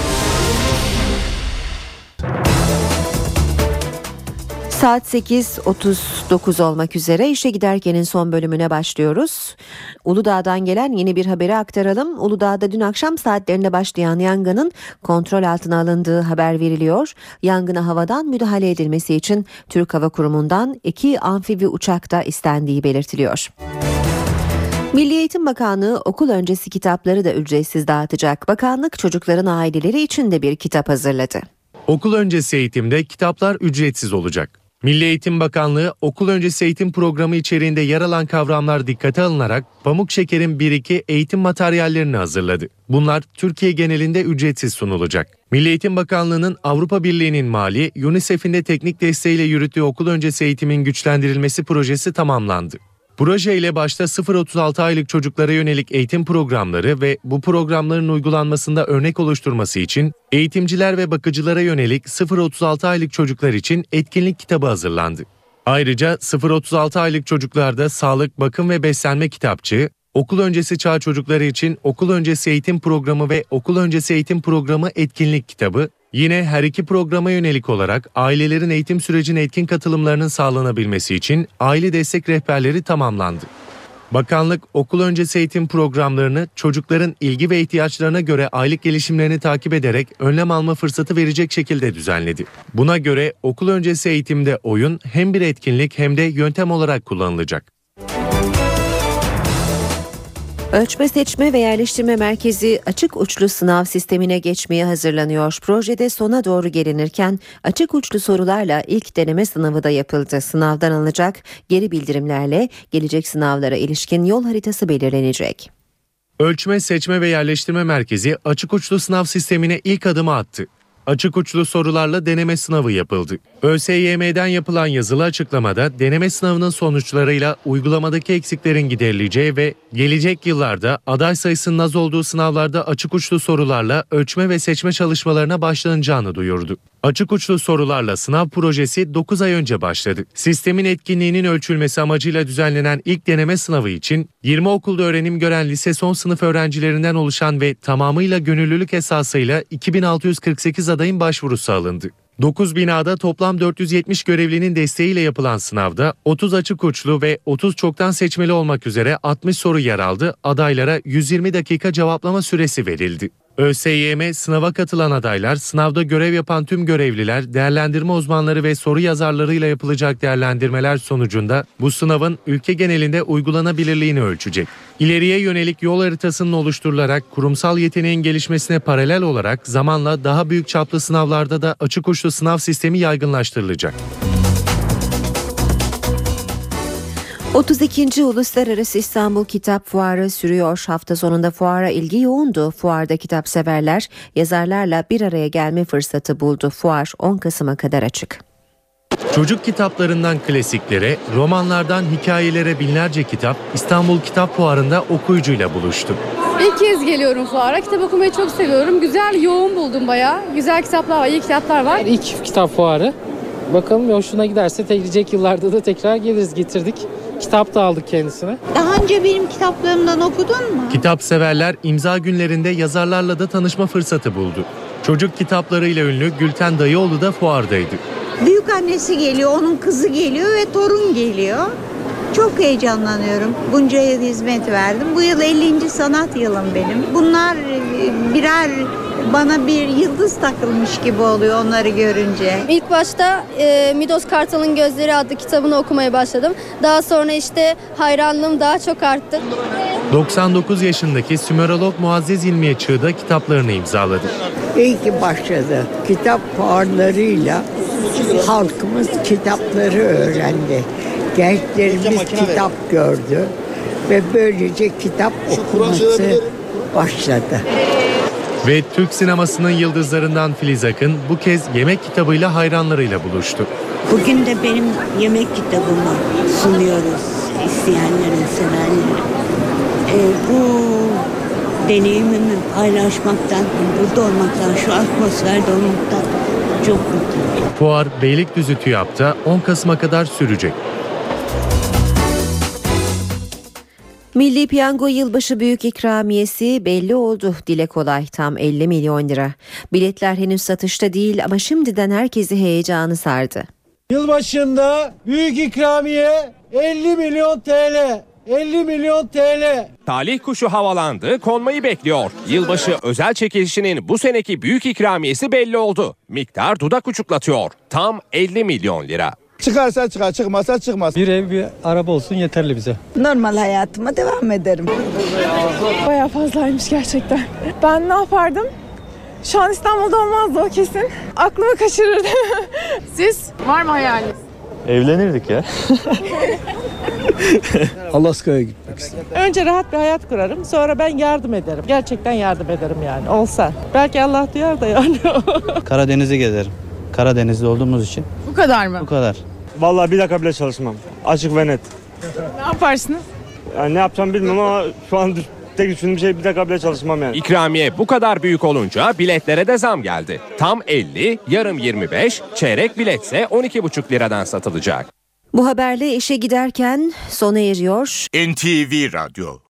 Saat 8.39 olmak üzere işe giderkenin son bölümüne başlıyoruz. Uludağ'dan gelen yeni bir haberi aktaralım. Uludağ'da dün akşam saatlerinde başlayan yangının kontrol altına alındığı haber veriliyor. Yangına havadan müdahale edilmesi için Türk Hava Kurumu'ndan 2 amfibi uçak da istendiği belirtiliyor. Milli Eğitim Bakanlığı okul öncesi kitapları da ücretsiz dağıtacak. Bakanlık çocukların aileleri için de bir kitap hazırladı. Okul öncesi eğitimde kitaplar ücretsiz olacak. Milli Eğitim Bakanlığı okul öncesi eğitim programı içeriğinde yer alan kavramlar dikkate alınarak Pamuk Şeker'in 1-2 eğitim materyallerini hazırladı. Bunlar Türkiye genelinde ücretsiz sunulacak. Milli Eğitim Bakanlığı'nın Avrupa Birliği'nin mali, UNICEF'in de teknik desteğiyle yürüttüğü okul öncesi eğitimin güçlendirilmesi projesi tamamlandı. Proje ile başta 0-36 aylık çocuklara yönelik eğitim programları ve bu programların uygulanmasında örnek oluşturması için eğitimciler ve bakıcılara yönelik 0-36 aylık çocuklar için etkinlik kitabı hazırlandı. Ayrıca 0-36 aylık çocuklarda sağlık, bakım ve beslenme kitapçığı, okul öncesi çağ çocukları için okul öncesi eğitim programı ve okul öncesi eğitim programı etkinlik kitabı, yine her iki programa yönelik olarak ailelerin eğitim sürecine etkin katılımlarının sağlanabilmesi için aile destek rehberleri tamamlandı. Bakanlık okul öncesi eğitim programlarını çocukların ilgi ve ihtiyaçlarına göre aylık gelişimlerini takip ederek önlem alma fırsatı verecek şekilde düzenledi. Buna göre okul öncesi eğitimde oyun hem bir etkinlik hem de yöntem olarak kullanılacak. Ölçme, Seçme ve Yerleştirme Merkezi açık uçlu sınav sistemine geçmeye hazırlanıyor. Projede sona doğru gelinirken açık uçlu sorularla ilk deneme sınavı da yapıldı. Sınavdan alınacak geri bildirimlerle gelecek sınavlara ilişkin yol haritası belirlenecek. Ölçme, Seçme ve Yerleştirme Merkezi açık uçlu sınav sistemine ilk adımı attı. Açık uçlu sorularla deneme sınavı yapıldı. ÖSYM'den yapılan yazılı açıklamada deneme sınavının sonuçlarıyla uygulamadaki eksiklerin giderileceği ve gelecek yıllarda aday sayısının az olduğu sınavlarda açık uçlu sorularla ölçme ve seçme çalışmalarına başlanacağını duyurdu. Açık uçlu sorularla sınav projesi 9 ay önce başladı. Sistemin etkinliğinin ölçülmesi amacıyla düzenlenen ilk deneme sınavı için 20 okulda öğrenim gören lise son sınıf öğrencilerinden oluşan ve tamamıyla gönüllülük esasıyla 2648 adayın başvurusu alındı. 9 binada toplam 470 görevlinin desteğiyle yapılan sınavda 30 açık uçlu ve 30 çoktan seçmeli olmak üzere 60 soru yer aldı. Adaylara 120 dakika cevaplama süresi verildi. ÖSYM sınava katılan adaylar, sınavda görev yapan tüm görevliler, değerlendirme uzmanları ve soru yazarlarıyla yapılacak değerlendirmeler sonucunda bu sınavın ülke genelinde uygulanabilirliğini ölçecek. İleriye yönelik yol haritasının oluşturularak kurumsal yeteneğin gelişmesine paralel olarak zamanla daha büyük çaplı sınavlarda da açık uçlu sınav sistemi yaygınlaştırılacak. 32. Uluslararası İstanbul Kitap Fuarı sürüyor. Hafta sonunda fuara ilgi yoğundu. Fuarda kitapseverler yazarlarla bir araya gelme fırsatı buldu. Fuar 10 Kasım'a kadar açık. Çocuk kitaplarından klasiklere, romanlardan hikayelere binlerce kitap İstanbul Kitap Fuarı'nda okuyucuyla buluştu. İlk kez geliyorum fuara. Kitap okumayı çok seviyorum. Güzel, yoğun buldum bayağı. Güzel kitaplar var, iyi kitaplar var. İlk kitap fuarı. Bakalım hoşuna giderse gelecek yıllarda da tekrar geliriz, getirdik. Kitap da aldık kendisine. Daha önce benim kitaplarımdan okudun mu? Kitap severler imza günlerinde yazarlarla da tanışma fırsatı buldu. Çocuk kitaplarıyla ünlü Gülten Dayıoğlu da fuardaydı. Büyük annesi geliyor, onun kızı geliyor ve torun geliyor. Çok heyecanlanıyorum. Bunca yıl hizmet verdim. Bu yıl 50. sanat yılım benim. Bunlar birer bana bir yıldız takılmış gibi oluyor onları görünce. İlk başta Midos Kartal'ın Gözleri adlı kitabını okumaya başladım. Daha sonra işte hayranlığım daha çok arttı. 99 yaşındaki Sümerolog Muazzez İlmiye Çığ da kitaplarını imzaladı. İyi ki başladı. Kitap fuarlarıyla halkımız kitapları öğrendi. Gençlerimiz kitap gördü ve böylece kitap okuması başladı. Ve Türk sinemasının yıldızlarından Filiz Akın bu kez yemek kitabıyla hayranlarıyla buluştu. Bugün de benim yemek kitabımı sunuyoruz isteyenlere, sevenlere. Bu deneyimimi paylaşmaktan, burada olmaktan, şu atmosferde olmaktan çok mutluyum. Fuar Beylikdüzü TÜYAP'ta 10 Kasım'a kadar sürecek. Milli Piyango yılbaşı büyük ikramiyesi belli oldu. Dile kolay, tam 50 milyon lira. Biletler henüz satışta değil ama şimdiden herkesi heyecanı sardı. Yılbaşında büyük ikramiye 50 milyon TL. 50 milyon TL. Talih kuşu havalandı, konmayı bekliyor. Yılbaşı özel çekilişinin bu seneki büyük ikramiyesi belli oldu. Miktar dudak uçuklatıyor. Tam 50 milyon lira. Çıkarsa çıkar, çıkmazsa çıkmaz. Bir ev, bir araba olsun yeterli bize. Normal hayatıma devam ederim. Bayağı fazlaymış gerçekten. Ben ne yapardım? Şu an İstanbul'da olmazdı o kesin. Aklımı kaçırırdı. Siz? Var mı hayaliniz? Evlenirdik ya. Alaska'ya gitmek istedim. Önce rahat bir hayat kurarım. Sonra ben yardım ederim. Gerçekten yardım ederim yani. Olsa. Belki Allah duyar da yani. Karadeniz'i gezerim. Karadeniz'de olduğumuz için. Bu kadar mı? Bu kadar. Vallahi bir dakika bile çalışmam. Açık ve net. Ne yaparsınız? Yani ne yapacağım bilmiyorum ama şu an tek düşündüğüm şey bir dakika bile çalışmam yani. İkramiye bu kadar büyük olunca biletlere de zam geldi. Tam 50, yarım 25, çeyrek biletse 12,5 liradan satılacak. Bu haberle işe giderken sona eriyor. NTV Radyo